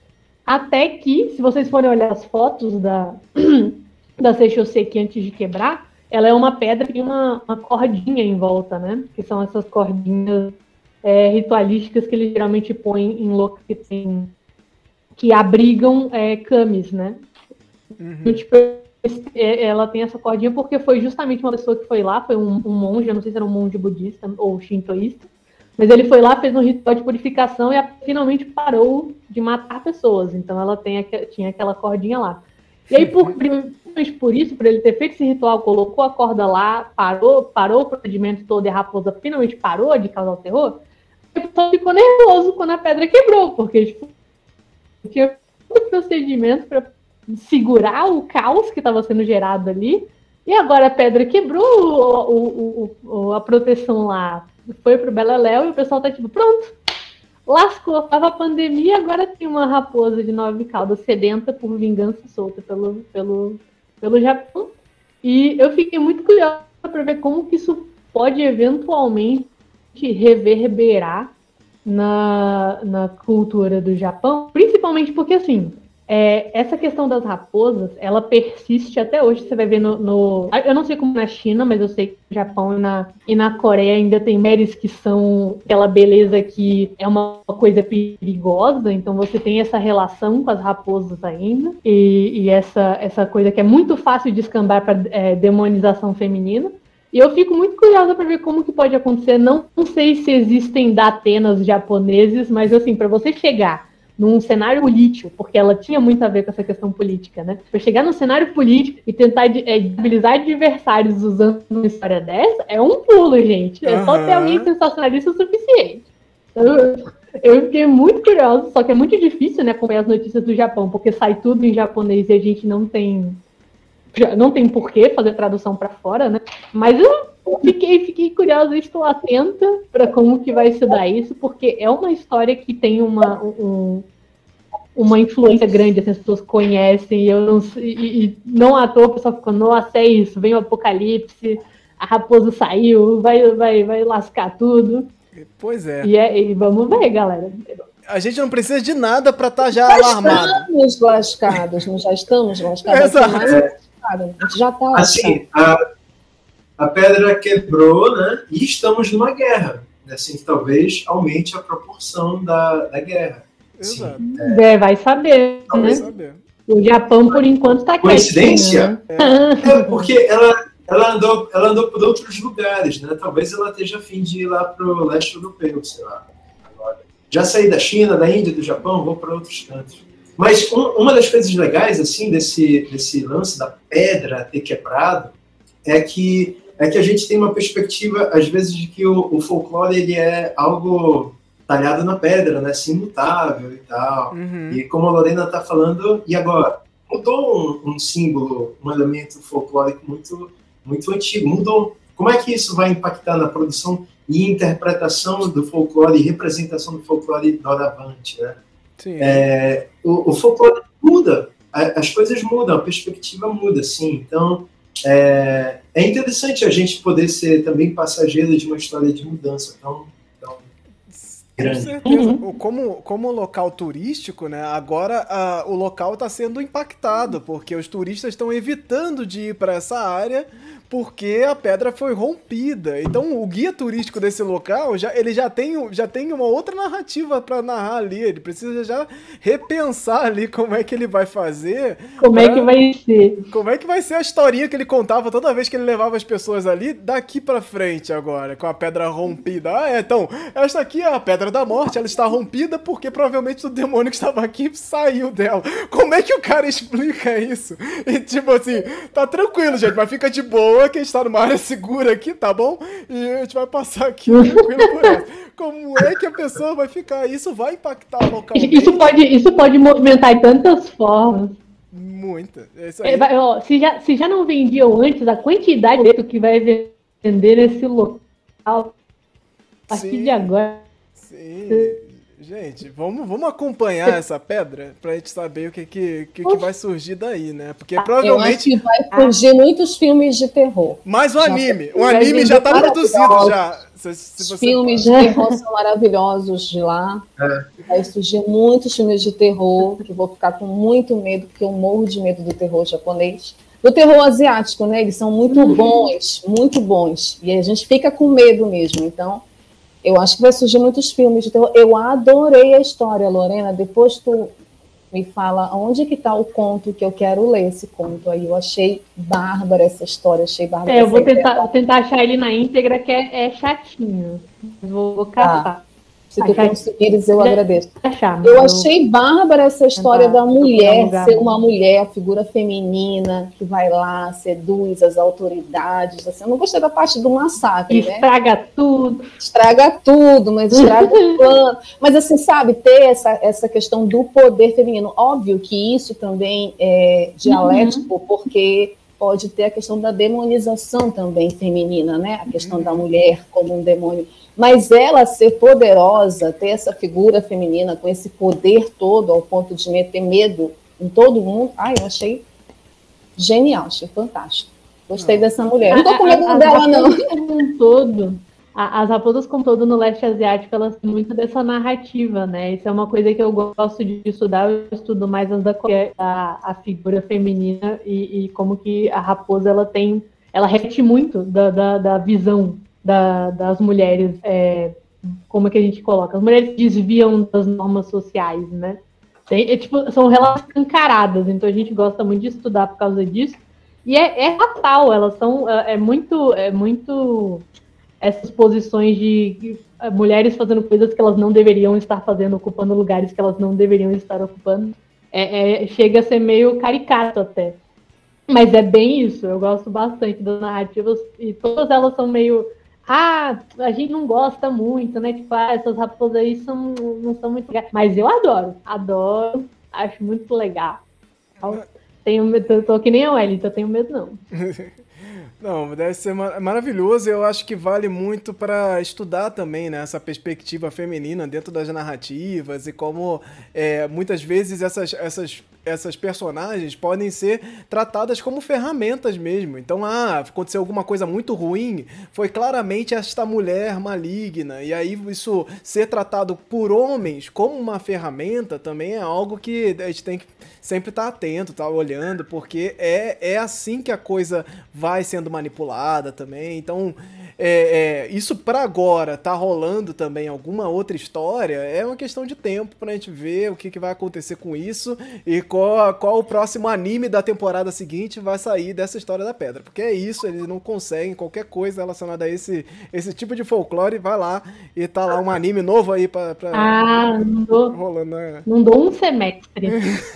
Até que, se vocês forem olhar as fotos da, da Seishoseki antes de quebrar, ela é uma pedra que tem uma, uma cordinha em volta, né? Que são essas cordinhas é, ritualísticas que eles geralmente põem em locais que, tem, que abrigam é, kamis, né? Uhum. Então, tipo, ela tem essa cordinha porque foi justamente uma pessoa que foi lá, foi um, um monge, eu não sei se era um monge budista ou shintoísta, mas ele foi lá, fez um ritual de purificação e finalmente parou de matar pessoas. Então ela tem, tinha aquela cordinha lá. E aí, por, por isso, por ele ter feito esse ritual, colocou a corda lá, parou, parou o procedimento todo e a raposa finalmente parou de causar o terror, o pessoal ficou nervoso quando a pedra quebrou, porque tipo, tinha todo o procedimento para segurar o caos que estava sendo gerado ali, e agora a pedra quebrou, o, o, o, a proteção lá foi pro Beleléu e o pessoal tá tipo, pronto, lascou, tava a pandemia, agora tem uma raposa de nove caudas sedenta por vingança solta pelo, pelo, pelo Japão. E eu fiquei muito curiosa para ver como que isso pode eventualmente reverberar na, na cultura do Japão, principalmente porque, assim, é, essa questão das raposas, ela persiste até hoje. Você vai ver no, no... Eu não sei como na China, mas eu sei que no Japão e na, e na Coreia ainda tem mulheres que são aquela beleza que é uma coisa perigosa, então você tem essa relação com as raposas ainda, e, e essa, essa coisa que é muito fácil de escambar para é, demonização feminina. E eu fico muito curiosa para ver como que pode acontecer. Não, não sei se existem datenas japoneses, mas assim, para você chegar num cenário político, porque ela tinha muito a ver com essa questão política, né? Para chegar num cenário político e tentar é, mobilizar adversários usando uma história dessa, é um pulo, gente. É só ter alguém sensacionalista o suficiente. Eu, eu fiquei muito curiosa, só que é muito difícil, né, acompanhar as notícias do Japão, porque sai tudo em japonês e a gente não tem não tem porquê fazer tradução para fora, né? Mas eu fiquei, fiquei curiosa e estou atenta para como que vai se dar isso, porque é uma história que tem uma, um, uma influência grande, assim, as pessoas conhecem, e, eu não, e, e não à toa o pessoal ficou, nossa, é isso, vem o apocalipse, a raposa saiu, vai, vai, vai lascar tudo. Pois é. E, é, e vamos ver, galera. A gente não precisa de nada para estar tá já, já alarmado. Já estamos lascados, não já estamos lascados. Exato. A gente já está assim, a, a pedra quebrou, né? E estamos numa guerra. Assim, talvez aumente a proporção da, da guerra. Assim, Exato. É, é, vai saber, vai né? saber. O Japão, por enquanto, está quietinho. Coincidência? Né? É. é porque ela, ela, andou, ela andou por outros lugares, né? Talvez ela esteja a fim de ir lá para o leste europeu, sei lá. Agora, já saí da China, da Índia, do Japão, vou para outros cantos. Mas um, uma das coisas legais, assim, desse, desse lance da pedra ter quebrado é que, é que a gente tem uma perspectiva, às vezes, de que o, o folclore ele é algo talhado na pedra, né? Assim, imutável e tal. Uhum. E como a Lorena está falando, e agora? Mudou um, um símbolo, um elemento folclórico muito, muito antigo. Mudou. Como é que isso vai impactar na produção e interpretação do folclore e representação do folclore doravante, né? Sim. É, o, o folclore muda, as coisas mudam, a perspectiva muda, sim. Então, é, é interessante a gente poder ser também passageiro de uma história de mudança tão, tão grande. Com certeza. Como, como local turístico, né, agora a, o local está sendo impactado, porque os turistas estão evitando de ir para essa área porque a pedra foi rompida. Então o guia turístico desse local, já, ele já tem, já tem uma outra narrativa para narrar ali. Ele precisa já repensar ali como é que ele vai fazer. Como pra, é que vai ser. Como é que vai ser a historinha que ele contava toda vez que ele levava as pessoas ali, daqui para frente agora, com a pedra rompida. Ah, é, então, esta aqui é a pedra da morte, ela está rompida porque provavelmente o demônio que estava aqui saiu dela. Como é que o cara explica isso? E tipo assim, tá tranquilo, gente, mas fica de boa que a gente tá numa área segura aqui, tá bom? E a gente vai passar aqui tranquilo por essa. Como é que a pessoa vai ficar? Isso vai impactar localmente? Isso pode, isso pode movimentar de tantas formas. Muita. É isso aí. É, ó, se, já, se já não vendiam antes, a quantidade de que vai vender nesse local a partir Sim. de agora Sim. Gente, vamos, vamos acompanhar essa pedra pra gente saber o que, que, que, que vai surgir daí, né? Porque provavelmente... Eu acho que vai surgir muitos filmes de terror. Mais um anime. O anime já tá produzido já. Se, se Os filmes pode. de terror são maravilhosos de lá. É. Vai surgir muitos filmes de terror, que eu vou ficar com muito medo, porque eu morro de medo do terror japonês. Do terror asiático, né? Eles são muito uhum. bons, muito bons. E a gente fica com medo mesmo. Então, eu acho que vai surgir muitos filmes de terror. Eu adorei a história, Lorena. Depois tu me fala onde que está o conto, que eu quero ler esse conto aí. Eu achei bárbara essa história, achei bárbara. É, eu vou tentar, tentar achar ele na íntegra, que é, é chatinho. Vou, vou caçar. Ah, se tu achar... conseguires, eu agradeço. Achar, eu eu... achei bárbara essa história tentar, da mulher, ser uma mulher, a figura feminina, que vai lá, seduz as autoridades. Assim, eu não gostei da parte do massacre, estraga né? tudo. Estraga tudo, mas estraga o plano. Mas assim, sabe, ter essa, essa questão do poder feminino. Óbvio que isso também é dialético, uhum. porque pode ter a questão da demonização também feminina, né? A questão uhum. da mulher como um demônio. Mas ela ser poderosa, ter essa figura feminina com esse poder todo, ao ponto de meter medo em todo mundo, ai, eu achei genial, achei fantástico. Gostei não. dessa mulher. Não tô com medo a, dela, não. Como um todo, a, as raposas como um todo no leste asiático, elas têm muito dessa narrativa, né? Isso é uma coisa que eu gosto de estudar, eu estudo mais as da Coreia, a, a figura feminina e, e como que a raposa, ela tem, ela repete muito da, da, da visão Da, das mulheres, é, como é que a gente coloca? As mulheres desviam das normas sociais, né? Tem, é, tipo, são relações encaradas, então a gente gosta muito de estudar por causa disso. E é, é fatal, elas são, é muito, é muito essas posições de, de mulheres fazendo coisas que elas não deveriam estar fazendo, ocupando lugares que elas não deveriam estar ocupando. É, é, chega a ser meio caricato até. Mas é bem isso, eu gosto bastante das narrativas, e todas elas são meio... Ah, a gente não gosta muito, né? Tipo, ah, essas raposas aí são, não são muito legais. Mas eu adoro, adoro, acho muito legal. Tenho medo, eu tô que nem a Wellington, eu tenho medo não. Não, deve ser mar- maravilhoso. Eu acho que vale muito para estudar também, né, essa perspectiva feminina dentro das narrativas e como é, muitas vezes essas, essas, essas personagens podem ser tratadas como ferramentas mesmo. Então, ah, aconteceu alguma coisa muito ruim, foi claramente esta mulher maligna. E aí isso ser tratado por homens como uma ferramenta também é algo que a gente tem que sempre estar atento, estar olhando, porque é, é assim que a coisa vai sendo manipulada também. Então, é, é, isso para agora tá rolando também alguma outra história, é uma questão de tempo pra gente ver o que, que vai acontecer com isso e qual, qual o próximo anime da temporada seguinte vai sair dessa história da pedra. Porque é isso, eles não conseguem qualquer coisa relacionada a esse, esse tipo de folclore, vai lá e tá lá um anime novo aí pra... pra ah, não dou, rolando, né? Não dou um semestre.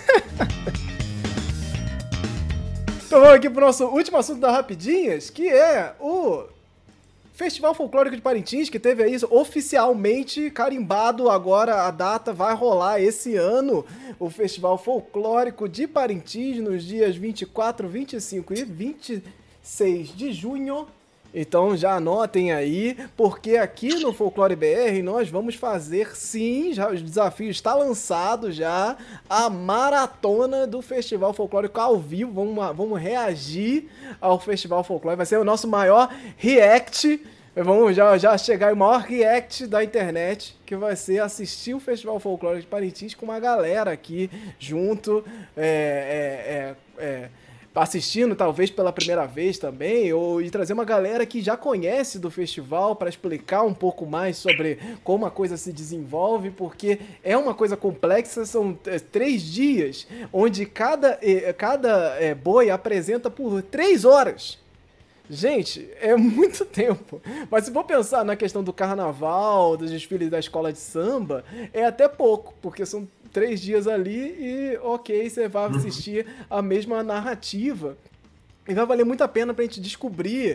Então vamos aqui pro nosso último assunto da Rapidinhas, que é o Festival Folclórico de Parintins, que teve aí oficialmente carimbado agora, a data vai rolar esse ano, o Festival Folclórico de Parintins, nos dias vinte e quatro, vinte e cinco e vinte e seis de junho. Então já anotem aí, porque aqui no Folclore B R nós vamos fazer sim, já o desafio está lançado já, a maratona do Festival Folclórico ao vivo, vamos, vamos reagir ao Festival Folclórico, vai ser o nosso maior react, vamos já, já chegar o maior react da internet, que vai ser assistir o Festival Folclórico de Parintins com uma galera aqui junto, é... é, é, é assistindo talvez pela primeira vez também, ou e trazer uma galera que já conhece do festival para explicar um pouco mais sobre como a coisa se desenvolve, porque é uma coisa complexa, são é, três dias, onde cada, é, cada é, boi apresenta por três horas. Gente, é muito tempo. Mas se for pensar na questão do carnaval, dos desfiles da escola de samba, é até pouco, porque são três dias ali e, ok, você vai assistir a mesma narrativa. E vai valer muito a pena pra gente descobrir o,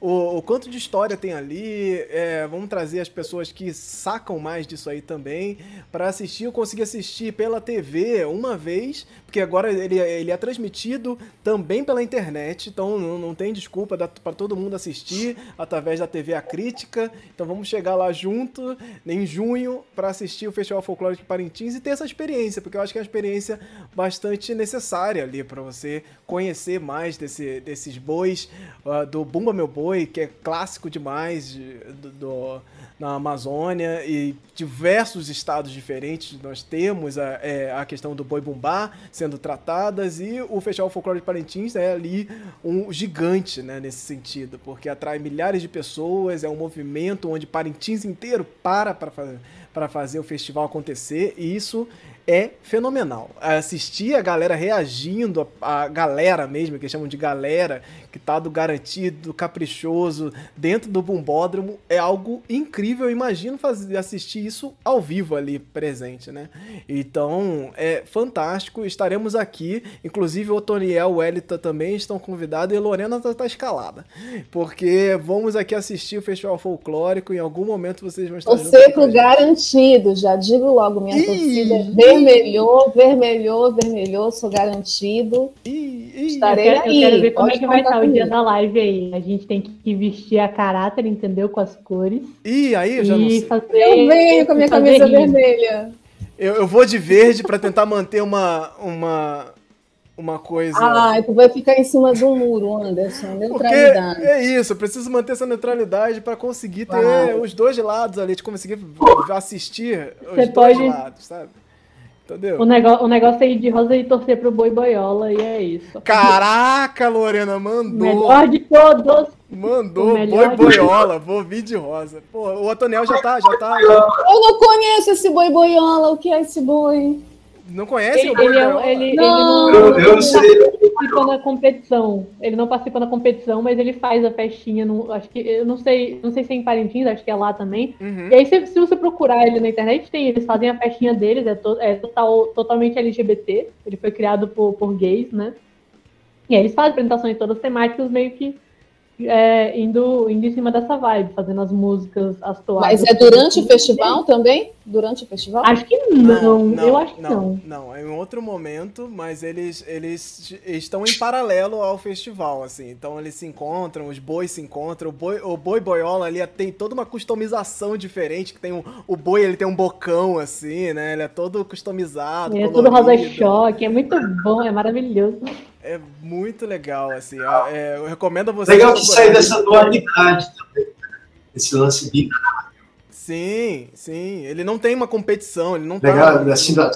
o, o quanto de história tem ali, é, vamos trazer as pessoas que sacam mais disso aí também, para assistir. Eu consegui assistir pela T V uma vez, porque agora ele, ele é transmitido também pela internet, então não, não tem desculpa para todo mundo assistir através da T V A Crítica. Então vamos chegar lá junto em junho para assistir o Festival Folclórico de Parintins e ter essa experiência, porque eu acho que é uma experiência bastante necessária ali para você conhecer mais desse, desses bois, uh, do Bumba Meu Boi, que é clássico demais do, do, na Amazônia, e diversos estados diferentes nós temos a, é, a questão do boi bumbá sendo tratadas, e o Festival Folclórico de Parintins é ali um gigante, né, nesse sentido, porque atrai milhares de pessoas, é um movimento onde Parintins inteiro para para fazer, para fazer o festival acontecer, e isso é fenomenal. Assistir a galera reagindo, a, a galera mesmo, que chamam de galera, que tá do garantido, do caprichoso, dentro do bumbódromo, é algo incrível. Eu imagino fazer, assistir isso ao vivo ali, presente, né? Então, é fantástico. Estaremos aqui, inclusive o Otoniel, o Elita também estão convidados, e a Lorena tá, tá escalada, porque vamos aqui assistir o Festival Folclórico, em algum momento vocês vão estar Você pro garantido, já digo logo, minha Ih, torcida é vermelhou, vermelhou, vermelhou, sou garantido. Ih, ih, Estarei eu quero, aí. Eu quero ver como é que vai estar comigo. o dia da live aí. A gente tem que vestir a caráter, entendeu? Com as cores. Ih, aí eu já não sei. Fazer, Eu venho com a minha camisa rir. vermelha. Eu, eu vou de verde para tentar manter uma, uma, uma coisa... Ah, tu vai ficar em cima do muro, Anderson. Neutralidade. Porque é isso, eu preciso manter essa neutralidade para conseguir ter Uau. os dois lados ali, de conseguir assistir os Você dois pode- lados, sabe? Entendeu? O negócio, o negócio é ir de rosa e torcer pro boi boiola, e é isso. Caraca, Lorena, mandou. Melhor de todos. Mandou, o boi melhor de- boiola, vou vir de rosa. Pô, o Otoniel já tá, já tá. Eu não conheço esse boi boiola. O que é esse boi? Não conhece Ele, o boi ele, é- boiola? ele, ele Não. não, Eu, eu não sei. participa na competição. Ele não participa na competição, mas ele faz a festinha. No, acho que eu não sei, não sei se é em Parintins, acho que é lá também. Uhum. E aí, se, se você procurar ele na internet, tem, eles fazem a festinha deles, é, to, é total, totalmente L G B T. Ele foi criado por, por gays, né? E aí eles fazem apresentações todas temáticas, meio que é, indo, indo em cima dessa vibe, fazendo as músicas, as toadas. Mas é durante o festival também? Durante o festival? Acho que não, eu acho que não. Não, é em outro momento, mas eles, eles estão em paralelo ao festival, assim. Então eles se encontram, os bois se encontram, o boi, o boi boiola ali tem toda uma customização diferente, que tem um, o boi, ele tem um bocão, assim, né? Ele é todo customizado, É todo rosa colorido. choque, é muito bom, é maravilhoso. É muito legal, assim. É, é, eu recomendo a vocês... Legal de sair procurarem. dessa dualidade também. Esse lance de Sim, sim. Ele não tem uma competição, ele não tá... legal, assim, da...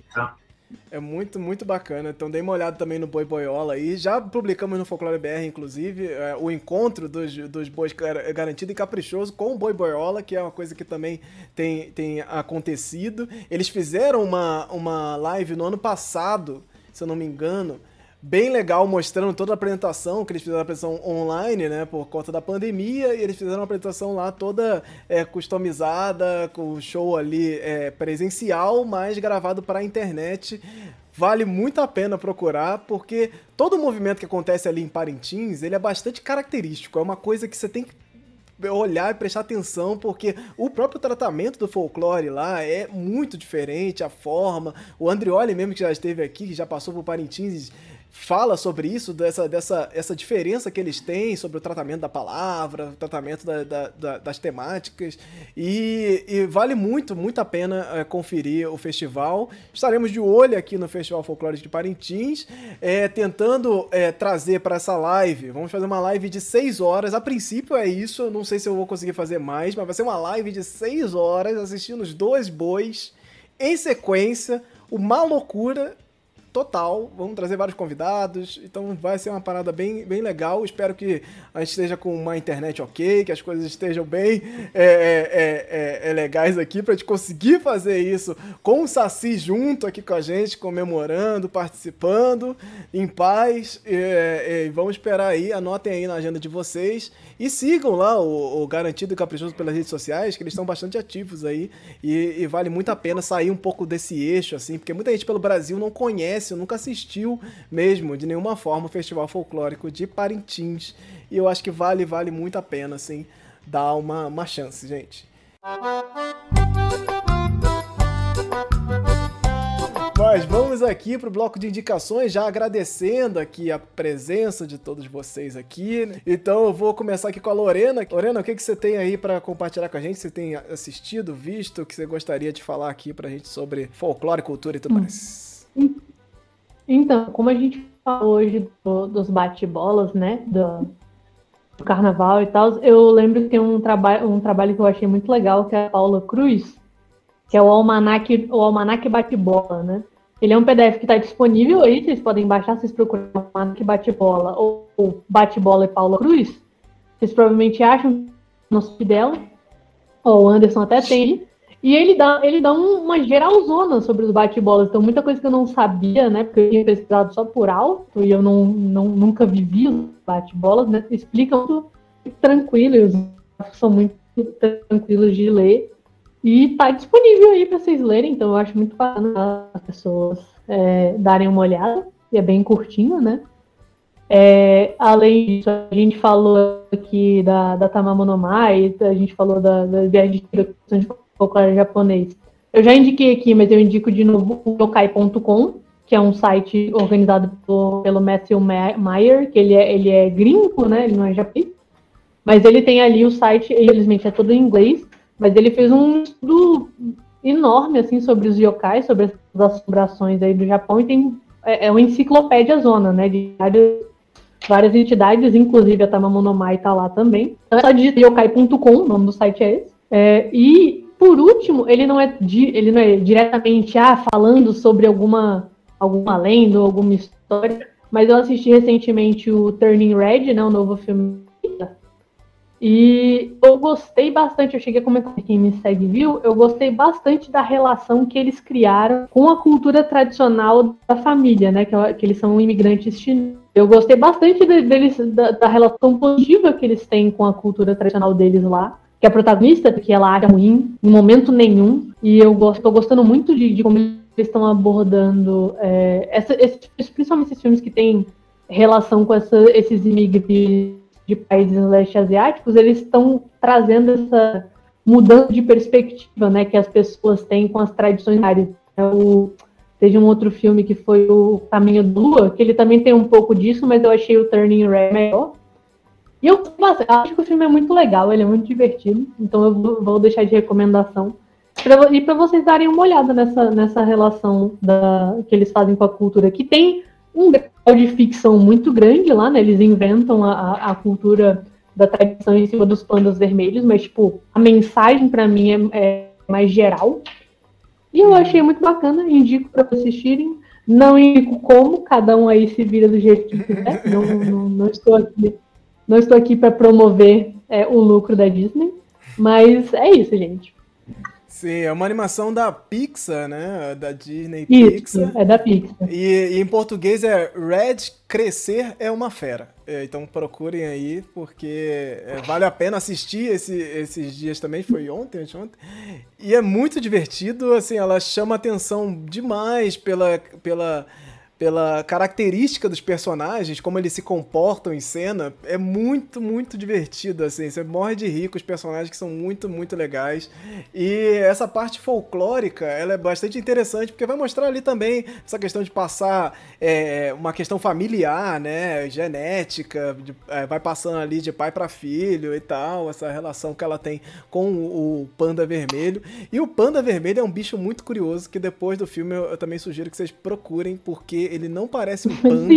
É muito, muito bacana. Então dei uma olhada também no Boi Boiola aí. Já publicamos no Folclore B R, inclusive, é, o encontro dos, dos bois gar- garantido e caprichoso com o Boi Boiola, que é uma coisa que também tem, tem acontecido. Eles fizeram uma, uma live no ano passado, se eu não me engano, bem legal, mostrando toda a apresentação, que eles fizeram a apresentação online, né, por conta da pandemia, e eles fizeram uma apresentação lá toda é, customizada, com o show ali é, presencial, mas gravado para a internet. Vale muito a pena procurar, porque todo o movimento que acontece ali em Parintins, ele é bastante característico, é uma coisa que você tem que olhar e prestar atenção, porque o próprio tratamento do folclore lá é muito diferente, a forma. O Andrioli mesmo, que já esteve aqui, que já passou por Parintins, fala sobre isso, dessa, dessa essa diferença que eles têm sobre o tratamento da palavra, o tratamento da, da, da, das temáticas, e, e vale muito, muito a pena é, conferir o festival. Estaremos de olho aqui no Festival Folclórico de Parintins, é, tentando é, trazer para essa live, vamos fazer uma live de seis horas, a princípio é isso, eu não sei se eu vou conseguir fazer mais, mas vai ser uma live de seis horas, assistindo os dois bois, em sequência, uma loucura total, vamos trazer vários convidados, então vai ser uma parada bem, bem legal. Espero que a gente esteja com uma internet ok, que as coisas estejam bem é, é, é, é, legais aqui pra gente conseguir fazer isso com o Saci junto aqui com a gente, comemorando, participando, em paz, e, e vamos esperar aí, anotem aí na agenda de vocês e sigam lá o, o Garantido e Caprichoso pelas redes sociais, que eles estão bastante ativos aí, e, e vale muito a pena sair um pouco desse eixo, assim, porque muita gente pelo Brasil não conhece conhece, nunca assistiu mesmo, de nenhuma forma, o Festival Folclórico de Parintins. E eu acho que vale, vale muito a pena, assim, dar uma, uma chance, gente. Mas vamos aqui para o bloco de indicações, já agradecendo aqui a presença de todos vocês aqui, né? Então eu vou começar aqui com a Lorena. Lorena, o que, que você tem aí para compartilhar com a gente? Você tem assistido, visto, o que você gostaria de falar aqui para a gente sobre folclore, cultura e tudo mais? Então, como a gente falou hoje do, dos bate-bolas, né, do, do carnaval e tal, eu lembro que tem um, traba- um trabalho que eu achei muito legal, que é a Paula Cruz, que é o Almanac, o Almanac Bate-Bola, né? Ele é um P D F que está disponível aí, vocês podem baixar, vocês procuram Almanac Bate-Bola ou Bate-Bola e Paula Cruz. Vocês provavelmente acham no site dela, ou o Anderson até tem. E ele dá, ele dá um, uma geralzona sobre os bate-bolas. Então, muita coisa que eu não sabia, né? Porque eu tinha pesquisado só por alto e eu não, não, nunca vivi os bate-bolas, né? Explicam tudo tranquilo, e os são muito tranquilos de ler. E tá disponível aí para vocês lerem, então eu acho muito bacana as pessoas é, darem uma olhada, e é bem curtinho, né? É, além disso, a gente falou aqui da, da Tamamonomai, a gente falou da, da viagem de educação de folclore japonês. Eu já indiquei aqui, mas eu indico de novo o yokai ponto com, que é um site organizado por, pelo Matthew Meyer, que ele é, ele é gringo, né? Ele não é japonês, mas ele tem ali o site, infelizmente é todo em inglês, mas ele fez um estudo enorme, assim, sobre os yokais, sobre as assombrações aí do Japão, e tem, é, é uma enciclopédia zona, né, de várias, várias entidades, inclusive a Tamamonomai tá lá também. Então é só digitar yokai ponto com, o nome do site é esse. É, e, por último, ele não é, di, ele não é diretamente ah, falando sobre alguma, alguma lenda ou alguma história, mas eu assisti recentemente o Turning Red, né, o novo filme. E eu gostei bastante, eu cheguei a comentar, quem me segue viu, eu gostei bastante da relação que eles criaram com a cultura tradicional da família, né, que, que eles são imigrantes chineses. Eu gostei bastante de, deles, da, da relação positiva que eles têm com a cultura tradicional deles lá, que a protagonista, que ela acha ruim, em momento nenhum, e eu estou gostando muito de, de como eles estão abordando, é, essa, esses, principalmente esses filmes que têm relação com essa, esses imigrantes de países leste asiáticos, eles estão trazendo essa mudança de perspectiva, né, que as pessoas têm com as tradições. O, teve um outro filme que foi o Caminho da Lua, que ele também tem um pouco disso, mas eu achei o Turning Red melhor. E eu acho que o filme é muito legal, ele é muito divertido, então eu vou deixar de recomendação. Pra, e para vocês darem uma olhada nessa, nessa relação da, que eles fazem com a cultura, que tem um grau de ficção muito grande lá, né? Eles inventam a, a cultura da tradição em cima dos pandas vermelhos, mas, tipo, a mensagem pra mim é, é mais geral. E eu achei muito bacana, indico pra vocês assistirem. Não indico como, cada um aí se vira do jeito que quiser. Não, não, não estou aqui, não estou aqui pra promover é, o lucro da Disney, mas é isso, gente. Sim, é uma animação da Pixar, né? Da Disney Isso, Pixar. é da Pixar. E, e em português é Red Crescer é uma Fera. É, então procurem aí, porque é, vale a pena assistir esse, esses dias também. Foi ontem, anteontem. E é muito divertido, assim, ela chama atenção demais pela... pela pela característica dos personagens, como eles se comportam em cena, é muito, muito divertido, assim, você morre de rir com os personagens que são muito, muito legais, e essa parte folclórica, ela é bastante interessante, porque vai mostrar ali também essa questão de passar é, uma questão familiar, né, genética, de, é, vai passando ali de pai para filho e tal, essa relação que ela tem com o, o panda vermelho, e o panda vermelho é um bicho muito curioso, que depois do filme eu, eu também sugiro que vocês procurem, porque ele não parece um panda.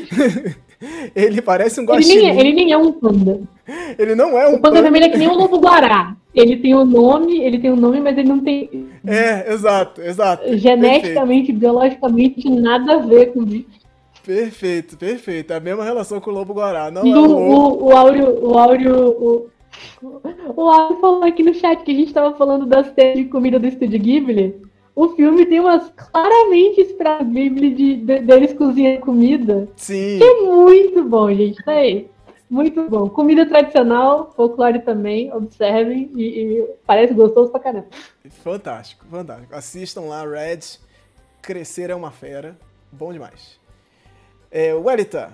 Ele parece um guaxinim. Ele nem, é, ele nem é um panda. Ele não é um panda. O panda vermelho é que nem o lobo-guará. Ele tem um nome, ele tem um nome, mas ele não tem... É, exato, exato. Geneticamente, perfeito. Biologicamente, nada a ver com o bicho. Perfeito, perfeito. É a mesma relação com o lobo-guará. Não e é o, o, o Áureo... O Áureo... O... O Áureo falou aqui no chat que a gente estava falando das telas de comida do Estúdio Ghibli. O filme tem umas claramente para Ghibli de, de, deles cozinhando comida. Sim. Que é muito bom, gente. Tá aí. Muito bom. Comida tradicional, folclore também, observem. E, e parece gostoso pra caramba. Fantástico, fantástico. Assistam lá, Red. Crescer é uma Fera. bom demais. É, Wellington.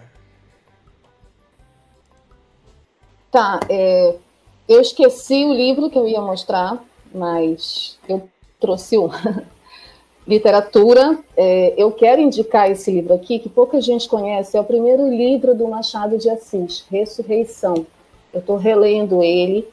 Tá, é, eu esqueci o livro que eu ia mostrar, mas eu trouxe um. Literatura. É, eu quero indicar esse livro aqui, que pouca gente conhece. É o primeiro livro do Machado de Assis, Ressurreição. Eu estou relendo ele,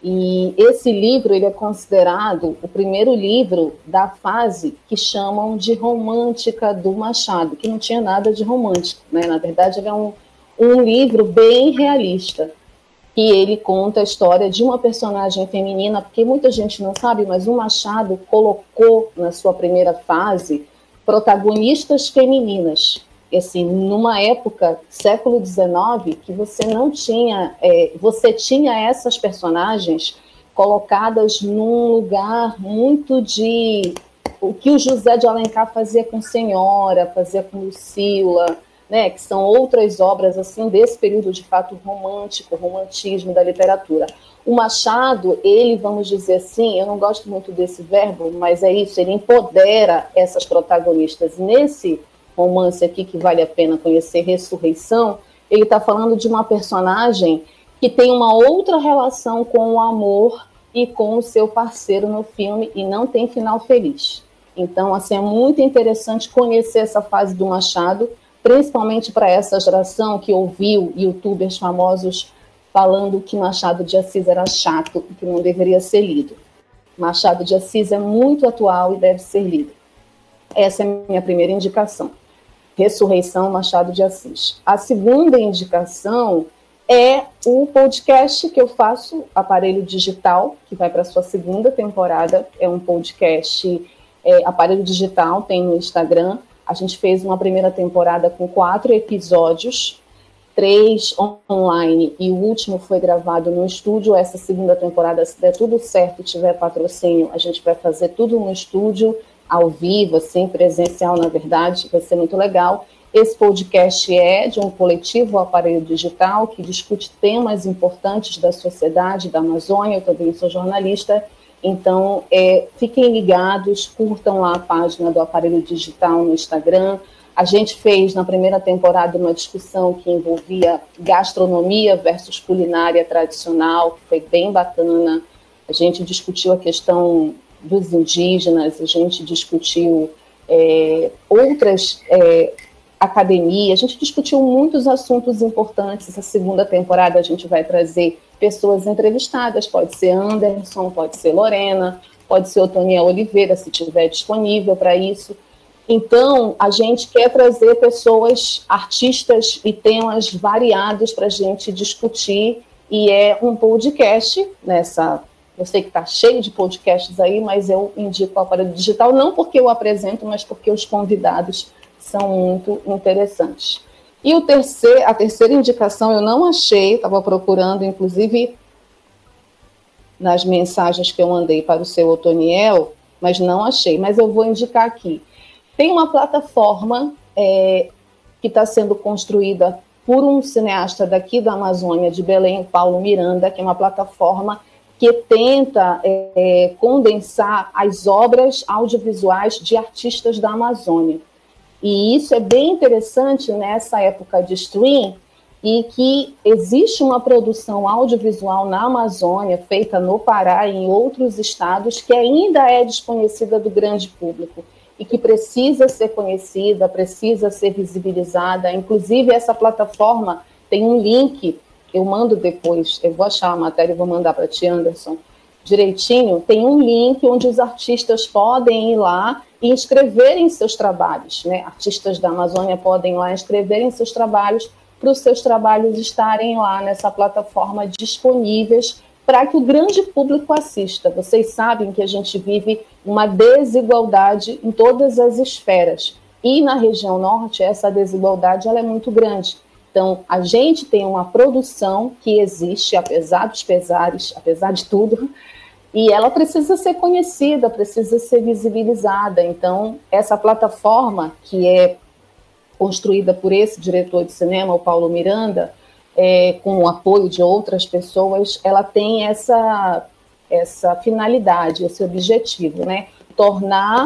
e esse livro ele é considerado o primeiro livro da fase que chamam de romântica do Machado, que não tinha nada de romântico, né? Na verdade, ele é um, um livro bem realista, que ele conta a história de uma personagem feminina, porque muita gente não sabe, mas o Machado colocou na sua primeira fase protagonistas femininas. E, assim, numa época, século dezenove, que você não tinha, é, você tinha essas personagens colocadas num lugar muito de o que o José de Alencar fazia com Senhora, fazia com Lucila, né, que são outras obras assim desse período de fato romântico, romantismo da literatura. O Machado, ele, vamos dizer assim, eu não gosto muito desse verbo, mas é isso, ele empodera essas protagonistas. Nesse romance aqui, que vale a pena conhecer, Ressurreição, ele está falando de uma personagem que tem uma outra relação com o amor e com o seu parceiro no filme, e não tem final feliz. Então, assim, é muito interessante conhecer essa fase do Machado, principalmente para essa geração que ouviu youtubers famosos falando que Machado de Assis era chato e que não deveria ser lido. Machado de Assis é muito atual e deve ser lido. Essa é a minha primeira indicação. Ressurreição, Machado de Assis. A segunda indicação é o podcast que eu faço, Aparelho Digital, que vai para a sua segunda temporada. É um podcast, é, Aparelho Digital, tem no Instagram. A gente fez uma primeira temporada com quatro episódios, três online, e o último foi gravado no estúdio. Essa segunda temporada, se der tudo certo, tiver patrocínio, a gente vai fazer tudo no estúdio, ao vivo, assim, presencial, na verdade, vai ser muito legal. Esse podcast é de um coletivo Aparelho Digital, que discute temas importantes da sociedade, da Amazônia. Eu também sou jornalista. Então, é, fiquem ligados, curtam lá a página do Aparelho Digital no Instagram. A gente fez, na primeira temporada, uma discussão que envolvia gastronomia versus culinária tradicional, que foi bem bacana. A gente discutiu a questão dos indígenas, a gente discutiu é, outras é, academias, a gente discutiu muitos assuntos importantes. Essa segunda temporada a gente vai trazer pessoas entrevistadas, pode ser Anderson, pode ser Lorena, pode ser Otoniel Oliveira, se estiver disponível para isso. Então, a gente quer trazer pessoas, artistas e temas variados para a gente discutir, e é um podcast nessa... Eu sei que está cheio de podcasts aí, mas eu indico o Aparelho Digital, não porque eu apresento, mas porque os convidados são muito interessantes. E o terceiro, a terceira indicação eu não achei, estava procurando, inclusive, nas mensagens que eu mandei para o seu Otoniel, mas não achei, mas eu vou indicar aqui. Tem uma plataforma é, que está sendo construída por um cineasta daqui da Amazônia, de Belém, Paulo Miranda, que é uma plataforma que tenta é, condensar as obras audiovisuais de artistas da Amazônia. E isso é bem interessante nessa época de stream, e que existe uma produção audiovisual na Amazônia, feita no Pará e em outros estados, que ainda é desconhecida do grande público, e que precisa ser conhecida, precisa ser visibilizada. Inclusive, essa plataforma tem um link, eu mando depois, eu vou achar a matéria e vou mandar para ti, Anderson, direitinho. Tem um link onde os artistas podem ir lá e inscreverem seus trabalhos, né? Artistas da Amazônia podem ir lá inscreverem seus trabalhos, para os seus trabalhos estarem lá nessa plataforma disponíveis para que o grande público assista. Vocês sabem que a gente vive uma desigualdade em todas as esferas, e na região norte essa desigualdade ela é muito grande. Então, a gente tem uma produção que existe, apesar dos pesares, apesar de tudo, e ela precisa ser conhecida, precisa ser visibilizada. Então, essa plataforma, que é construída por esse diretor de cinema, o Paulo Miranda, é, com o apoio de outras pessoas, ela tem essa, essa finalidade, esse objetivo, né? Tornar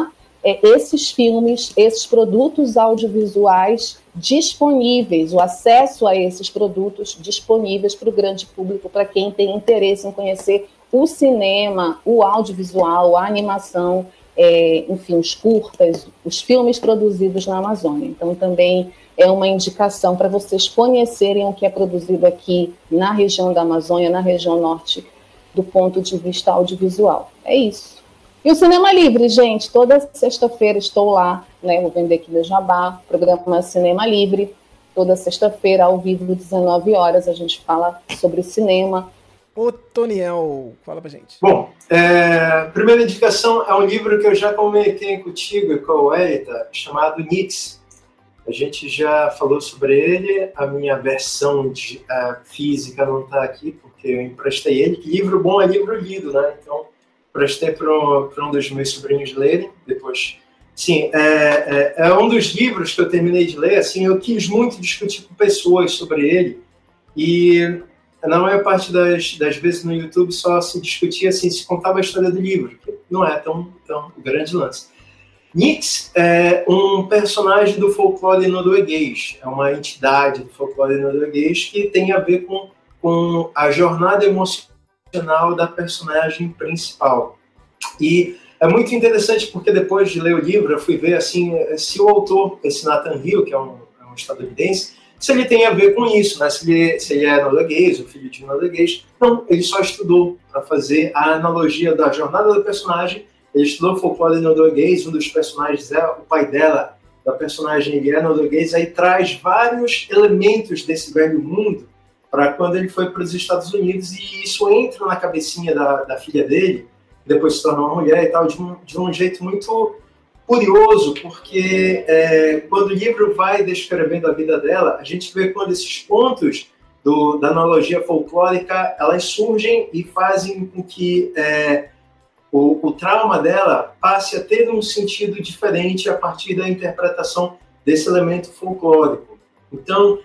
é, esses filmes, esses produtos audiovisuais disponíveis, o acesso a esses produtos disponíveis para o grande público, para quem tem interesse em conhecer o cinema, o audiovisual, a animação, é, enfim, os curtas, os filmes produzidos na Amazônia. Então, também é uma indicação para vocês conhecerem o que é produzido aqui na região da Amazônia, na região norte, do ponto de vista audiovisual. É isso. E o Cinema Livre, gente, toda sexta-feira estou lá, né, vou vender aqui no Jabá, programa Cinema Livre, toda sexta-feira, ao vivo, dezenove horas, a gente fala sobre cinema. Ô, Toniel, fala pra gente. Bom, é, primeira indicação é um livro que eu já comentei contigo e com o Elita, chamado Nix. A gente já falou sobre ele, a minha versão de, a física não está aqui, porque eu emprestei ele. Livro bom é livro lido, né? Então, emprestei para um dos meus sobrinhos lerem, depois... Sim, é, é, é um dos livros que eu terminei de ler, assim, eu quis muito discutir com pessoas sobre ele, e na maior parte das, das vezes no YouTube só se discutia, assim, se contava a história do livro, que não é tão, tão grande lance. Nix é um personagem do folclore norueguês, é uma entidade do folclore norueguês que tem a ver com, com a jornada emocional da personagem principal. E é muito interessante porque depois de ler o livro eu fui ver assim, se o autor, esse Nathan Hill, que é um, é um estadunidense, se ele tem a ver com isso, né? se, ele, se ele é norueguês, o filho de norueguês. Não, ele só estudou para fazer a analogia da jornada do personagem. Ele estudou folclore norueguês, um dos personagens é o pai dela, da personagem, ele é norueguês, aí traz vários elementos desse velho mundo para quando ele foi para os Estados Unidos, e isso entra na cabecinha da, da filha dele, depois se torna uma mulher e tal, de um, de um jeito muito curioso, porque é, quando o livro vai descrevendo a vida dela, a gente vê quando esses pontos do, da analogia folclórica, elas surgem e fazem com que... É, O, o trauma dela passe a ter um sentido diferente a partir da interpretação desse elemento folclórico. Então,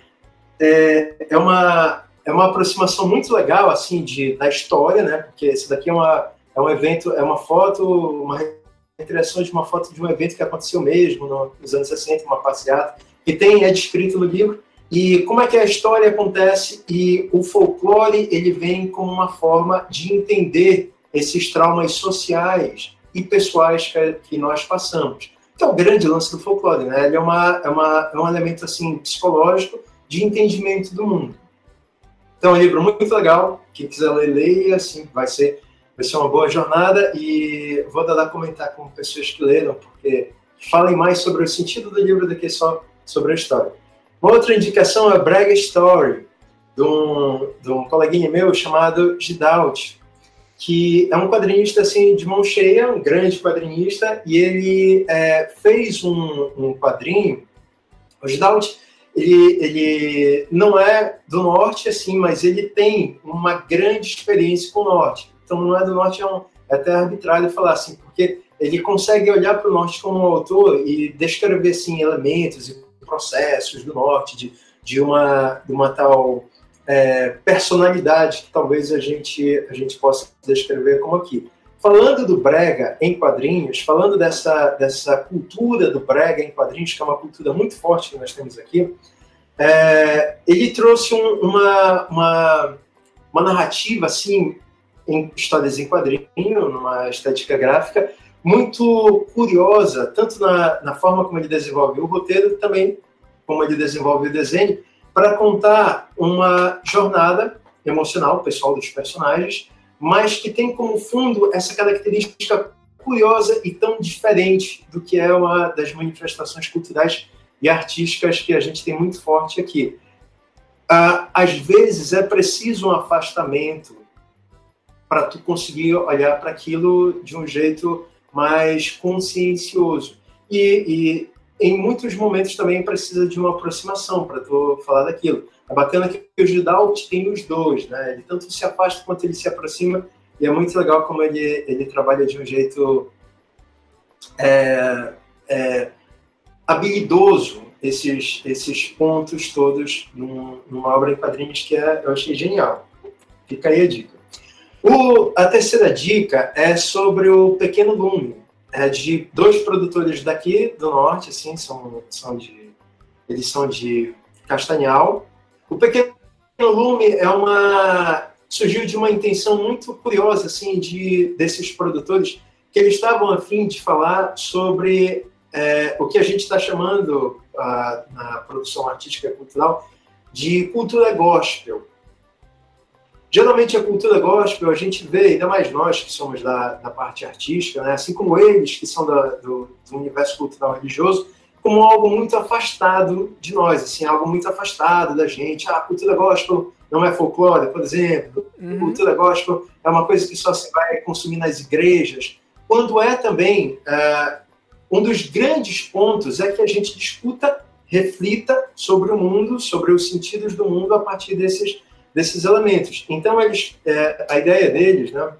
é, é, uma, é uma aproximação muito legal, assim, de, da história, né? Porque esse daqui é, uma, é um evento, é uma foto, uma recriação de uma foto de um evento que aconteceu mesmo no, nos anos sessenta, uma passeata, que tem, é descrito no livro, e como é que a história acontece, e o folclore, ele vem como uma forma de entender esses traumas sociais e pessoais que, que nós passamos. Que é o grande lance do folclore, né? Ele é, uma, é, uma, é um elemento assim, psicológico de entendimento do mundo. Então, é um livro muito legal. Quem quiser ler, leia. Assim, vai, ser, vai ser uma boa jornada. E vou dar a comentar com pessoas que leram, porque falem mais sobre o sentido do livro do que só sobre a história. Uma outra indicação é Brega Story, de um, de um coleguinha meu chamado Gidalt, que é um quadrinista assim, de mão cheia, um grande quadrinista, e ele é, fez um, um quadrinho. O Gidalt, ele, ele não é do norte, assim, mas ele tem uma grande experiência com o norte. Então, não é do norte, é, um, é até arbitrário falar assim, porque ele consegue olhar para o norte como um autor e descrever assim, elementos e processos do norte, de, de, uma, de uma tal... É, personalidade que talvez a gente, a gente possa descrever como aqui. Falando do brega em quadrinhos, falando dessa, dessa cultura do brega em quadrinhos, que é uma cultura muito forte que nós temos aqui, é, ele trouxe um, uma, uma, uma narrativa assim, em histórias em quadrinho, numa estética gráfica, muito curiosa, tanto na, na forma como ele desenvolve o roteiro, também como ele desenvolve o desenho, para contar uma jornada emocional pessoal dos personagens, mas que tem como fundo essa característica curiosa e tão diferente do que é uma das manifestações culturais e artísticas que a gente tem muito forte aqui. Às vezes é preciso um afastamento para tu conseguir olhar para aquilo de um jeito mais consciencioso. E, e em muitos momentos também precisa de uma aproximação para tu falar daquilo. É bacana que o Gidalt tem os dois, né? Ele tanto se afasta quanto ele se aproxima, e é muito legal como ele, ele trabalha de um jeito é, é, habilidoso esses, esses pontos todos num, numa obra em quadrinhos que é, eu achei genial. Fica aí a dica. O, a terceira dica é sobre o Pequeno Lume, é de dois produtores daqui do norte, assim, são, são de, eles são de Castanhal. O Pequeno Lume é uma, surgiu de uma intenção muito curiosa, assim, de, desses produtores, que eles estavam a fim de falar sobre é, o que a gente está chamando a, na produção artística e cultural de cultura gospel. Geralmente a cultura gospel a gente vê, ainda mais nós que somos da, da parte artística, né, assim como eles que são da, do, do universo cultural religioso, como algo muito afastado de nós, assim, algo muito afastado da gente. Ah, a cultura gospel não é folclore, por exemplo. Uhum. A cultura gospel é uma coisa que só se vai consumir nas igrejas. Quando é também, é, um dos grandes pontos é que a gente discuta, reflita sobre o mundo, sobre os sentidos do mundo a partir desses, desses elementos. Então, eles, é, a ideia deles, né,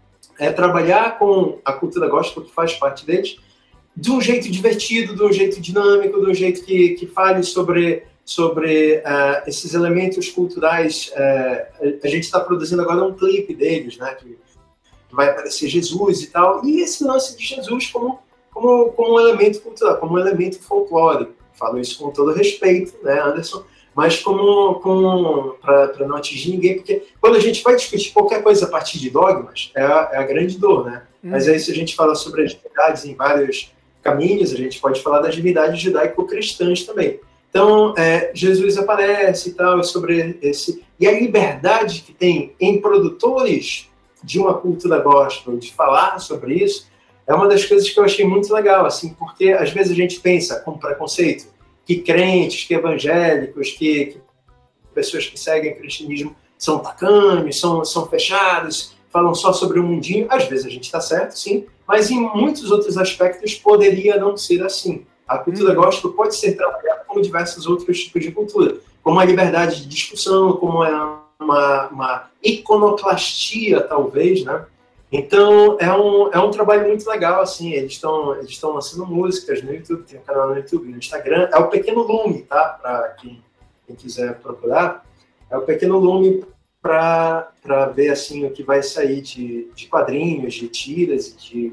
é trabalhar com a cultura gospel, que faz parte deles, de um jeito divertido, de um jeito dinâmico, de um jeito que, que fale sobre, sobre uh, esses elementos culturais. Uh, a gente está produzindo agora um clipe deles, né, que, que vai aparecer Jesus e tal, e esse lance de Jesus como, como, como um elemento cultural, como um elemento folclórico. Falo isso com todo respeito, né, Anderson, mas como, como para não atingir ninguém, porque quando a gente vai discutir qualquer coisa a partir de dogmas, é a, é a grande dor, né? Hum. Mas aí se a gente fala sobre as divindades em vários caminhos, a gente pode falar das divindades judaico-cristãs também. Então, é, Jesus aparece e tal, sobre esse... E a liberdade que tem em produtores de uma cultura gospel de falar sobre isso, é uma das coisas que eu achei muito legal, assim, porque às vezes a gente pensa com preconceito que crentes, que evangélicos, que, que pessoas que seguem o cristianismo são tacanhos, são, são fechados, falam só sobre o mundinho. Às vezes a gente está certo, sim, mas em muitos outros aspectos poderia não ser assim. A cultura hum. gospel pode ser trabalhada como diversos outros tipos de cultura, como a liberdade de discussão, como é uma, uma iconoclastia, talvez, né? Então, é um, é um trabalho muito legal, assim, eles estão eles estão lançando músicas no YouTube, tem um canal no YouTube, no Instagram, é o Pequeno Lume, tá? Para quem, quem quiser procurar, é o Pequeno Lume para ver, assim, o que vai sair de, de quadrinhos, de tiras e de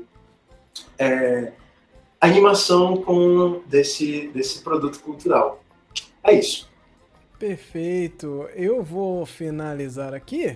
é, animação com desse, desse produto cultural. É isso. Perfeito. Eu vou finalizar aqui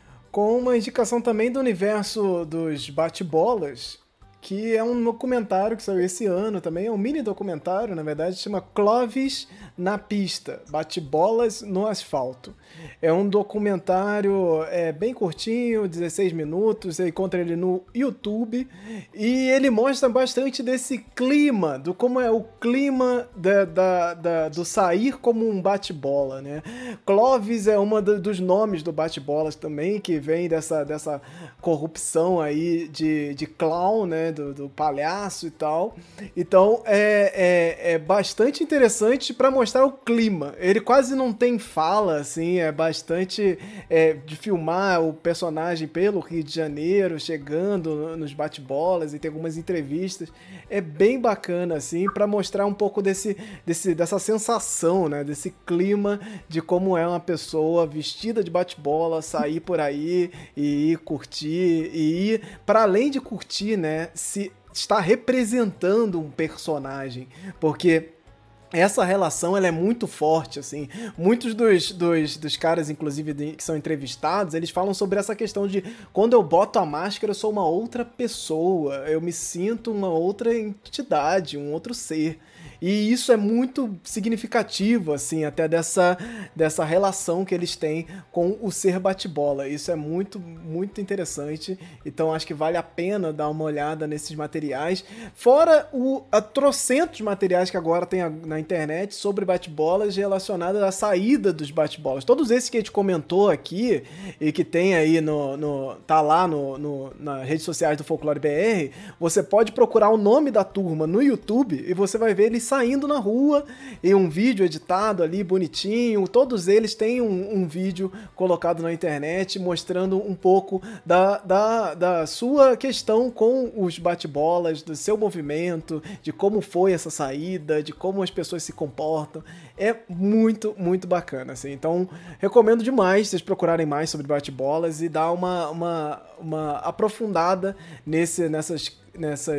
com uma indicação também do universo dos bate-bolas, que é um documentário que saiu esse ano também, é um mini documentário, na verdade, chama Clovis na Pista, Bate-Bolas no Asfalto. É um documentário é, bem curtinho, dezesseis minutos, você encontra ele no YouTube, e ele mostra bastante desse clima, do como é o clima da, da, da, do sair como um bate-bola, né? Clovis é um dos nomes do bate-bolas também, que vem dessa, dessa corrupção aí de, de clown, né? Do, do palhaço e tal. Então é, é, é bastante interessante para mostrar o clima. Ele quase não tem fala, assim, é bastante é, de filmar o personagem pelo Rio de Janeiro, chegando nos bate-bolas, e tem algumas entrevistas. É bem bacana, assim, para mostrar um pouco desse, desse, dessa sensação, né? Desse clima de como é uma pessoa vestida de bate-bola, sair por aí e ir curtir, e ir, para além de curtir, né? Se está representando um personagem, porque essa relação ela é muito forte, assim. Muitos dos, dos, dos caras, inclusive, de, que são entrevistados, eles falam sobre essa questão de quando eu boto a máscara, eu sou uma outra pessoa, eu me sinto uma outra entidade, um outro ser. E isso é muito significativo, assim, até dessa, dessa relação que eles têm com o ser bate-bola. Isso é muito, muito interessante. Então, acho que vale a pena dar uma olhada nesses materiais. Fora o a trocentos materiais que agora tem na internet sobre bate-bolas relacionados à saída dos bate-bolas. Todos esses que a gente comentou aqui e que tem aí no... no tá lá no, no, nas redes sociais do Folclore B R, você pode procurar o nome da turma no YouTube e você vai ver eles saindo na rua, e um vídeo editado ali, bonitinho. Todos eles têm um, um vídeo colocado na internet mostrando um pouco da, da, da sua questão com os bate-bolas, do seu movimento, de como foi essa saída, de como as pessoas se comportam. É muito, muito bacana, assim. Então, recomendo demais vocês procurarem mais sobre bate-bolas e dar uma, uma, uma aprofundada nesse, nessas, nessas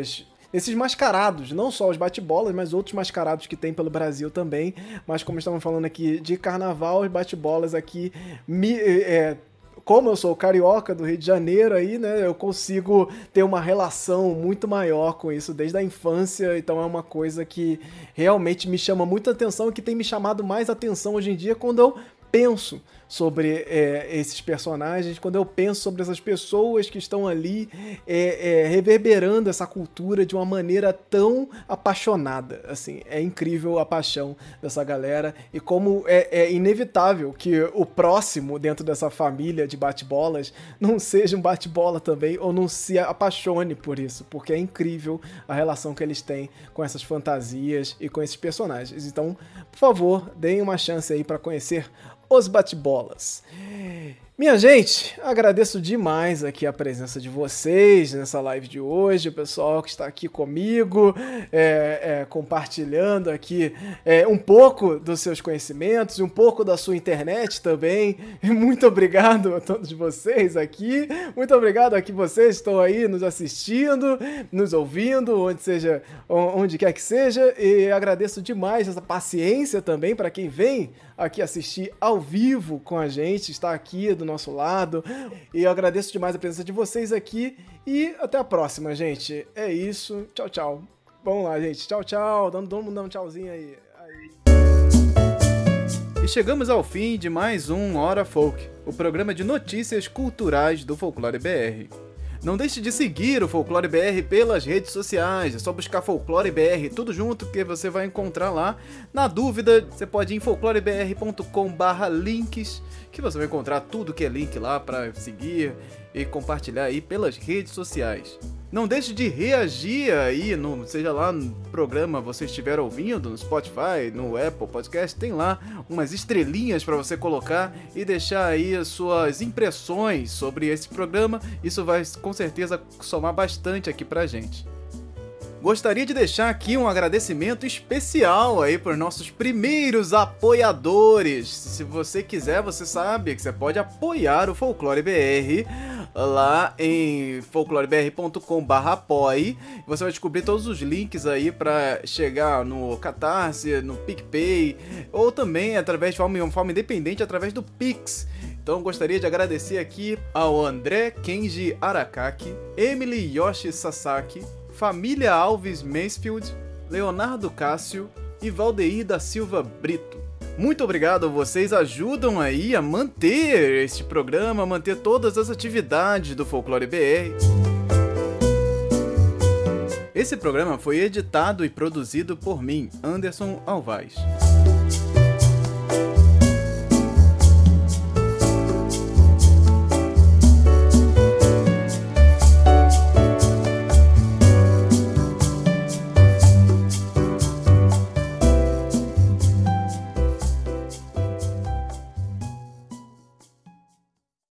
nesses mascarados, não só os bate-bolas, mas outros mascarados que tem pelo Brasil também. Mas como estamos falando aqui de carnaval, os bate-bolas aqui me... É, como eu sou carioca do Rio de Janeiro aí, né, eu consigo ter uma relação muito maior com isso desde a infância, então é uma coisa que realmente me chama muita atenção e que tem me chamado mais atenção hoje em dia quando eu penso sobre é, esses personagens, quando eu penso sobre essas pessoas que estão ali é, é, reverberando essa cultura de uma maneira tão apaixonada, assim, é incrível a paixão dessa galera e como é, é inevitável que o próximo dentro dessa família de bate-bolas não seja um bate-bola também ou não se apaixone por isso, porque é incrível a relação que eles têm com essas fantasias e com esses personagens. Então, por favor, deem uma chance aí para conhecer os bate-bolas. Minha gente, agradeço demais aqui a presença de vocês nessa live de hoje, o pessoal que está aqui comigo, é, é, compartilhando aqui é, um pouco dos seus conhecimentos e um pouco da sua internet também. Muito obrigado a todos vocês aqui, muito obrigado a que vocês estão aí nos assistindo, nos ouvindo, onde seja, onde quer que seja, e agradeço demais essa paciência também para quem vem aqui assistir ao vivo com a gente, está aqui do nosso lado, e eu agradeço demais a presença de vocês aqui, e até a próxima, gente. É isso, tchau, tchau. Vamos lá, gente, tchau, tchau, dando todo mundo dando um tchauzinho aí. aí. E chegamos ao fim de mais um Hora Folk, o programa de notícias culturais do Folclore B R. Não deixe de seguir o Folclore B R pelas redes sociais, é só buscar Folclore B R tudo junto que você vai encontrar lá. Na dúvida, você pode ir em folclore b r ponto com barra links, que você vai encontrar tudo que é link lá para seguir e compartilhar aí pelas redes sociais. Não deixe de reagir aí, no, seja lá no programa você estiver ouvindo, no Spotify, no Apple Podcast, tem lá umas estrelinhas para você colocar e deixar aí as suas impressões sobre esse programa. Isso vai com certeza somar bastante aqui pra gente. Gostaria de deixar aqui um agradecimento especial aí para os nossos primeiros apoiadores. Se você quiser, você sabe que você pode apoiar o Folclore B R lá em folclore b r ponto com barra apoie. Você vai descobrir todos os links aí para chegar no Catarse, no PicPay, ou também através de forma, uma forma independente através do Pix. Então gostaria de agradecer aqui ao André Kenji Arakaki, Emily Yoshi Sasaki, Família Alves Mansfield, Leonardo Cássio e Valdeir da Silva Brito. Muito obrigado, vocês ajudam aí a manter este programa, a manter todas as atividades do Folclore B R. Esse programa foi editado e produzido por mim, Anderson Alvaz.